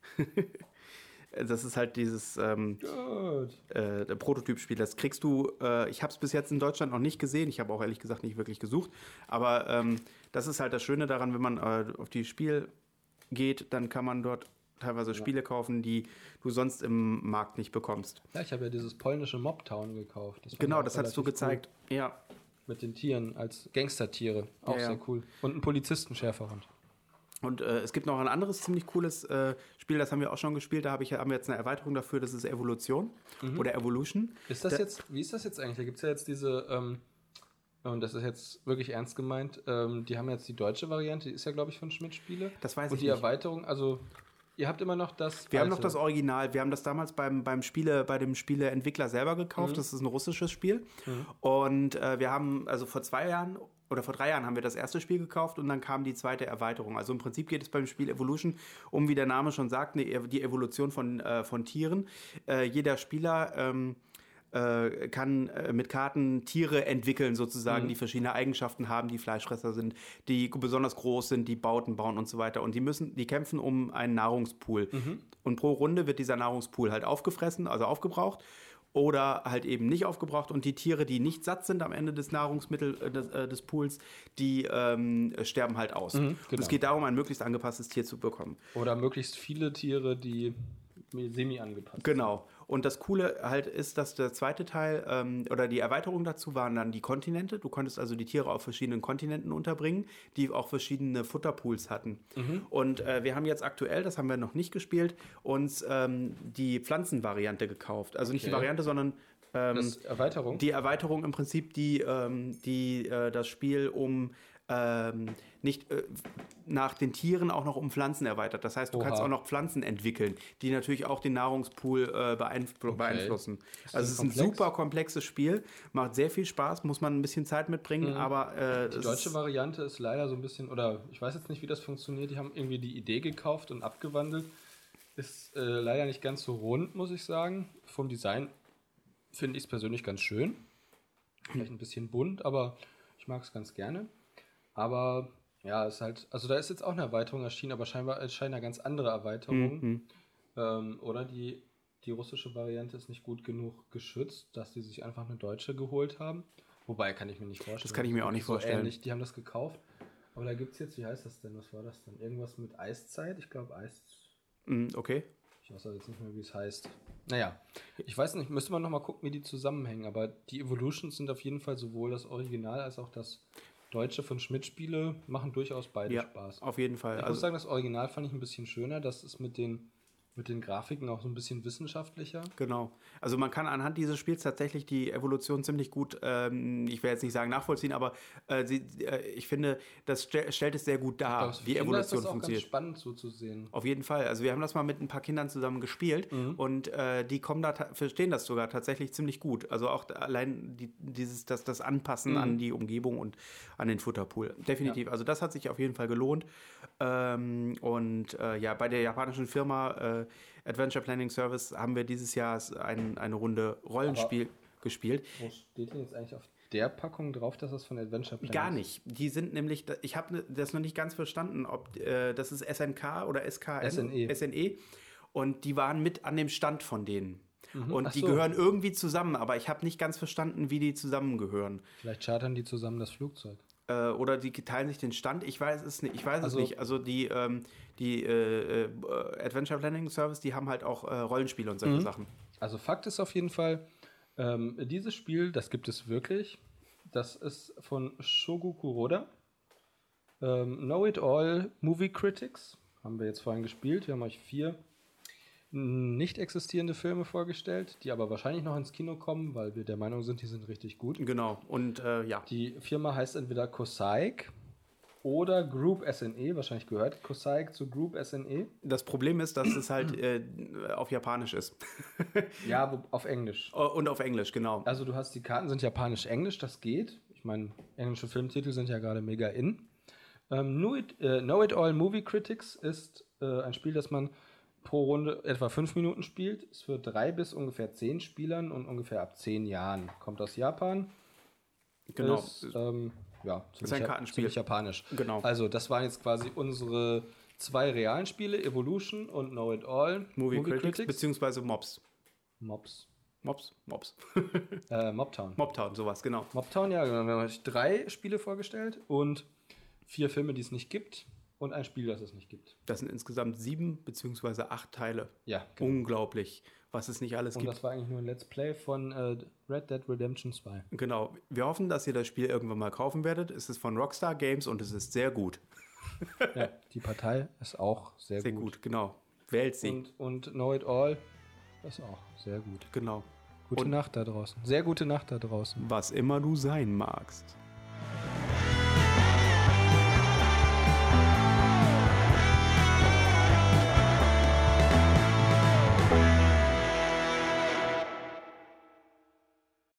Speaker 2: Das ist halt dieses Prototypspiel. Das kriegst du, ich habe es bis jetzt in Deutschland noch nicht gesehen. Ich habe auch ehrlich gesagt nicht wirklich gesucht. Aber das ist halt das Schöne daran, wenn man auf die Spiel geht, dann kann man dort teilweise Spiele kaufen, die du sonst im Markt nicht bekommst.
Speaker 1: Ja, ich habe ja dieses polnische Mobtown gekauft.
Speaker 2: Genau, das hast du gezeigt.
Speaker 1: Cool.
Speaker 2: Ja.
Speaker 1: Mit den Tieren als Gangstertiere. Auch sehr cool. Und einen Polizistenschäferhund.
Speaker 2: Und es gibt noch ein anderes ziemlich cooles Spiel, das haben wir auch schon gespielt. Da haben wir jetzt eine Erweiterung dafür, das ist Evolution oder Evolution.
Speaker 1: Ist das wie ist das jetzt eigentlich? Da gibt es ja jetzt diese, und das ist jetzt wirklich ernst gemeint, die haben jetzt die deutsche Variante, die ist ja, glaube ich, von Schmidt-Spiele.
Speaker 2: Das weiß ich
Speaker 1: nicht. Und die Erweiterung, also ihr habt immer noch das...
Speaker 2: Wir haben noch das Original. Wir haben das damals bei dem Spieleentwickler selber gekauft. Das ist ein russisches Spiel. Und wir haben, also vor 2 Jahren oder vor 3 Jahren haben wir das erste Spiel gekauft und dann kam die zweite Erweiterung. Also im Prinzip geht es beim Spiel Evolution um, wie der Name schon sagt, die Evolution von Tieren. Jeder Spieler kann mit Karten Tiere entwickeln sozusagen, die verschiedene Eigenschaften haben, die Fleischfresser sind, die besonders groß sind, die Bauten bauen und so weiter. Und die kämpfen um einen Nahrungspool. Und pro Runde wird dieser Nahrungspool halt aufgefressen, also aufgebraucht. Oder halt eben nicht aufgebraucht. Und die Tiere, die nicht satt sind am Ende des des Pools, die sterben halt aus.
Speaker 1: Genau.
Speaker 2: Und es geht darum, ein möglichst angepasstes Tier zu bekommen.
Speaker 1: Oder möglichst viele Tiere, die semi-angepasst.
Speaker 2: Genau. Und das Coole halt ist, dass der zweite Teil oder die Erweiterung dazu waren dann die Kontinente. Du konntest also die Tiere auf verschiedenen Kontinenten unterbringen, die auch verschiedene Futterpools hatten. Und wir haben jetzt aktuell, das haben wir noch nicht gespielt, uns die Pflanzenvariante gekauft. Also nicht die Variante, sondern
Speaker 1: Erweiterung?
Speaker 2: Die Erweiterung im Prinzip, die das Spiel nicht nach den Tieren auch noch um Pflanzen erweitert. Das heißt, du kannst auch noch Pflanzen entwickeln, die natürlich auch den Nahrungspool beeinflussen. Also es ist ein super komplexes Spiel, macht sehr viel Spaß, muss man ein bisschen Zeit mitbringen, aber
Speaker 1: die deutsche Variante ist leider so ein bisschen, oder ich weiß jetzt nicht, wie das funktioniert, die haben irgendwie die Idee gekauft und abgewandelt. Ist leider nicht ganz so rund, muss ich sagen. Vom Design finde ich es persönlich ganz schön. Vielleicht ein bisschen bunt, aber ich mag es ganz gerne. Aber ja, ist halt, also da ist jetzt auch eine Erweiterung erschienen, aber scheinbar erscheinen ja ganz andere Erweiterungen. Oder die russische Variante ist nicht gut genug geschützt, dass die sich einfach eine deutsche geholt haben. Wobei, kann ich mir nicht vorstellen.
Speaker 2: Das kann ich mir auch nicht vorstellen.
Speaker 1: Ähnlich, die haben das gekauft. Aber da gibt es jetzt, wie heißt das denn? Was war das denn? Irgendwas mit Eiszeit? Ich glaube
Speaker 2: Okay.
Speaker 1: Ich weiß jetzt nicht mehr, wie es heißt. Naja, ich weiß nicht, müsste man nochmal gucken, wie die zusammenhängen. Aber die Evolutions sind auf jeden Fall sowohl das Original als auch das Deutsche von Schmidt-Spiele machen durchaus beide Spaß.
Speaker 2: Auf jeden Fall.
Speaker 1: Ich muss sagen, das Original fand ich ein bisschen schöner. Das ist mit den Grafiken auch so ein bisschen wissenschaftlicher.
Speaker 2: Genau. Also man kann anhand dieses Spiels tatsächlich die Evolution ziemlich gut, ich will jetzt nicht sagen nachvollziehen, aber ich finde, das stellt es sehr gut dar, wie Evolution funktioniert. Das ist auch
Speaker 1: ganz spannend so zu sehen.
Speaker 2: Auf jeden Fall. Also wir haben das mal mit ein paar Kindern zusammen gespielt und die verstehen das sogar tatsächlich ziemlich gut. Also auch allein das Anpassen an die Umgebung und an den Futterpool. Definitiv. Ja. Also das hat sich auf jeden Fall gelohnt. Bei der japanischen Firma Adventure Planning Service haben wir dieses Jahr eine Runde Rollenspiel gespielt.
Speaker 1: Wo steht denn jetzt eigentlich auf der Packung drauf, dass das von Adventure Planning ist?
Speaker 2: Gar nicht. Die sind nämlich, ich habe das noch nicht ganz verstanden, ob das ist SNK oder SNE. Und die waren mit an dem Stand von denen. Und die gehören irgendwie zusammen, aber ich habe nicht ganz verstanden, wie die zusammengehören.
Speaker 1: Vielleicht chartern die zusammen das Flugzeug.
Speaker 2: Oder die teilen sich den Stand. Ich weiß es nicht. Also die Adventure Planning Service, die haben halt auch Rollenspiele und solche Sachen.
Speaker 1: Also Fakt ist auf jeden Fall, dieses Spiel, das gibt es wirklich. Das ist von Shogo Kuroda. Know It All Movie Critics. Haben wir jetzt vorhin gespielt. Wir haben euch 4 nicht existierende Filme vorgestellt, die aber wahrscheinlich noch ins Kino kommen, weil wir der Meinung sind, die sind richtig gut.
Speaker 2: Genau. Und
Speaker 1: Die Firma heißt entweder Kosaik oder Group SNE, wahrscheinlich gehört Kosaik zu Group SNE.
Speaker 2: Das Problem ist, dass es halt auf Japanisch ist.
Speaker 1: Ja, auf Englisch.
Speaker 2: Und auf Englisch, genau.
Speaker 1: Also du hast, die Karten sind japanisch-englisch, das geht. Ich meine, englische Filmtitel sind ja gerade mega in. Know It All Movie Critics ist ein Spiel, das man pro Runde etwa 5 Minuten spielt. Es für 3 bis ungefähr 10 Spielern und ungefähr ab 10 Jahren. Kommt aus Japan.
Speaker 2: Genau.
Speaker 1: Ist,
Speaker 2: ist ein Kartenspiel.
Speaker 1: Ziemlich japanisch.
Speaker 2: Genau.
Speaker 1: Also das waren jetzt quasi unsere 2 realen Spiele, Evolution und Know It All
Speaker 2: Movie Critics, beziehungsweise Mobs.
Speaker 1: Mobs.
Speaker 2: Mobtown. Mobtown, sowas, genau.
Speaker 1: Mobtown, ja, genau. Wir haben euch 3 Spiele vorgestellt und 4 Filme, die es nicht gibt und ein Spiel, das es nicht gibt.
Speaker 2: Das sind insgesamt 7 beziehungsweise 8 Teile.
Speaker 1: Ja, genau.
Speaker 2: Unglaublich, was es nicht alles gibt.
Speaker 1: Und das war eigentlich nur ein Let's Play von Red Dead Redemption 2.
Speaker 2: Genau. Wir hoffen, dass ihr das Spiel irgendwann mal kaufen werdet. Es ist von Rockstar Games und es ist sehr gut.
Speaker 1: Ja, die Partei ist auch sehr gut.
Speaker 2: Sehr gut, genau. Wählt sie.
Speaker 1: Und Know It All ist auch sehr gut.
Speaker 2: Genau.
Speaker 1: Gute Nacht da draußen. Sehr gute Nacht da draußen.
Speaker 2: Was immer du sein magst.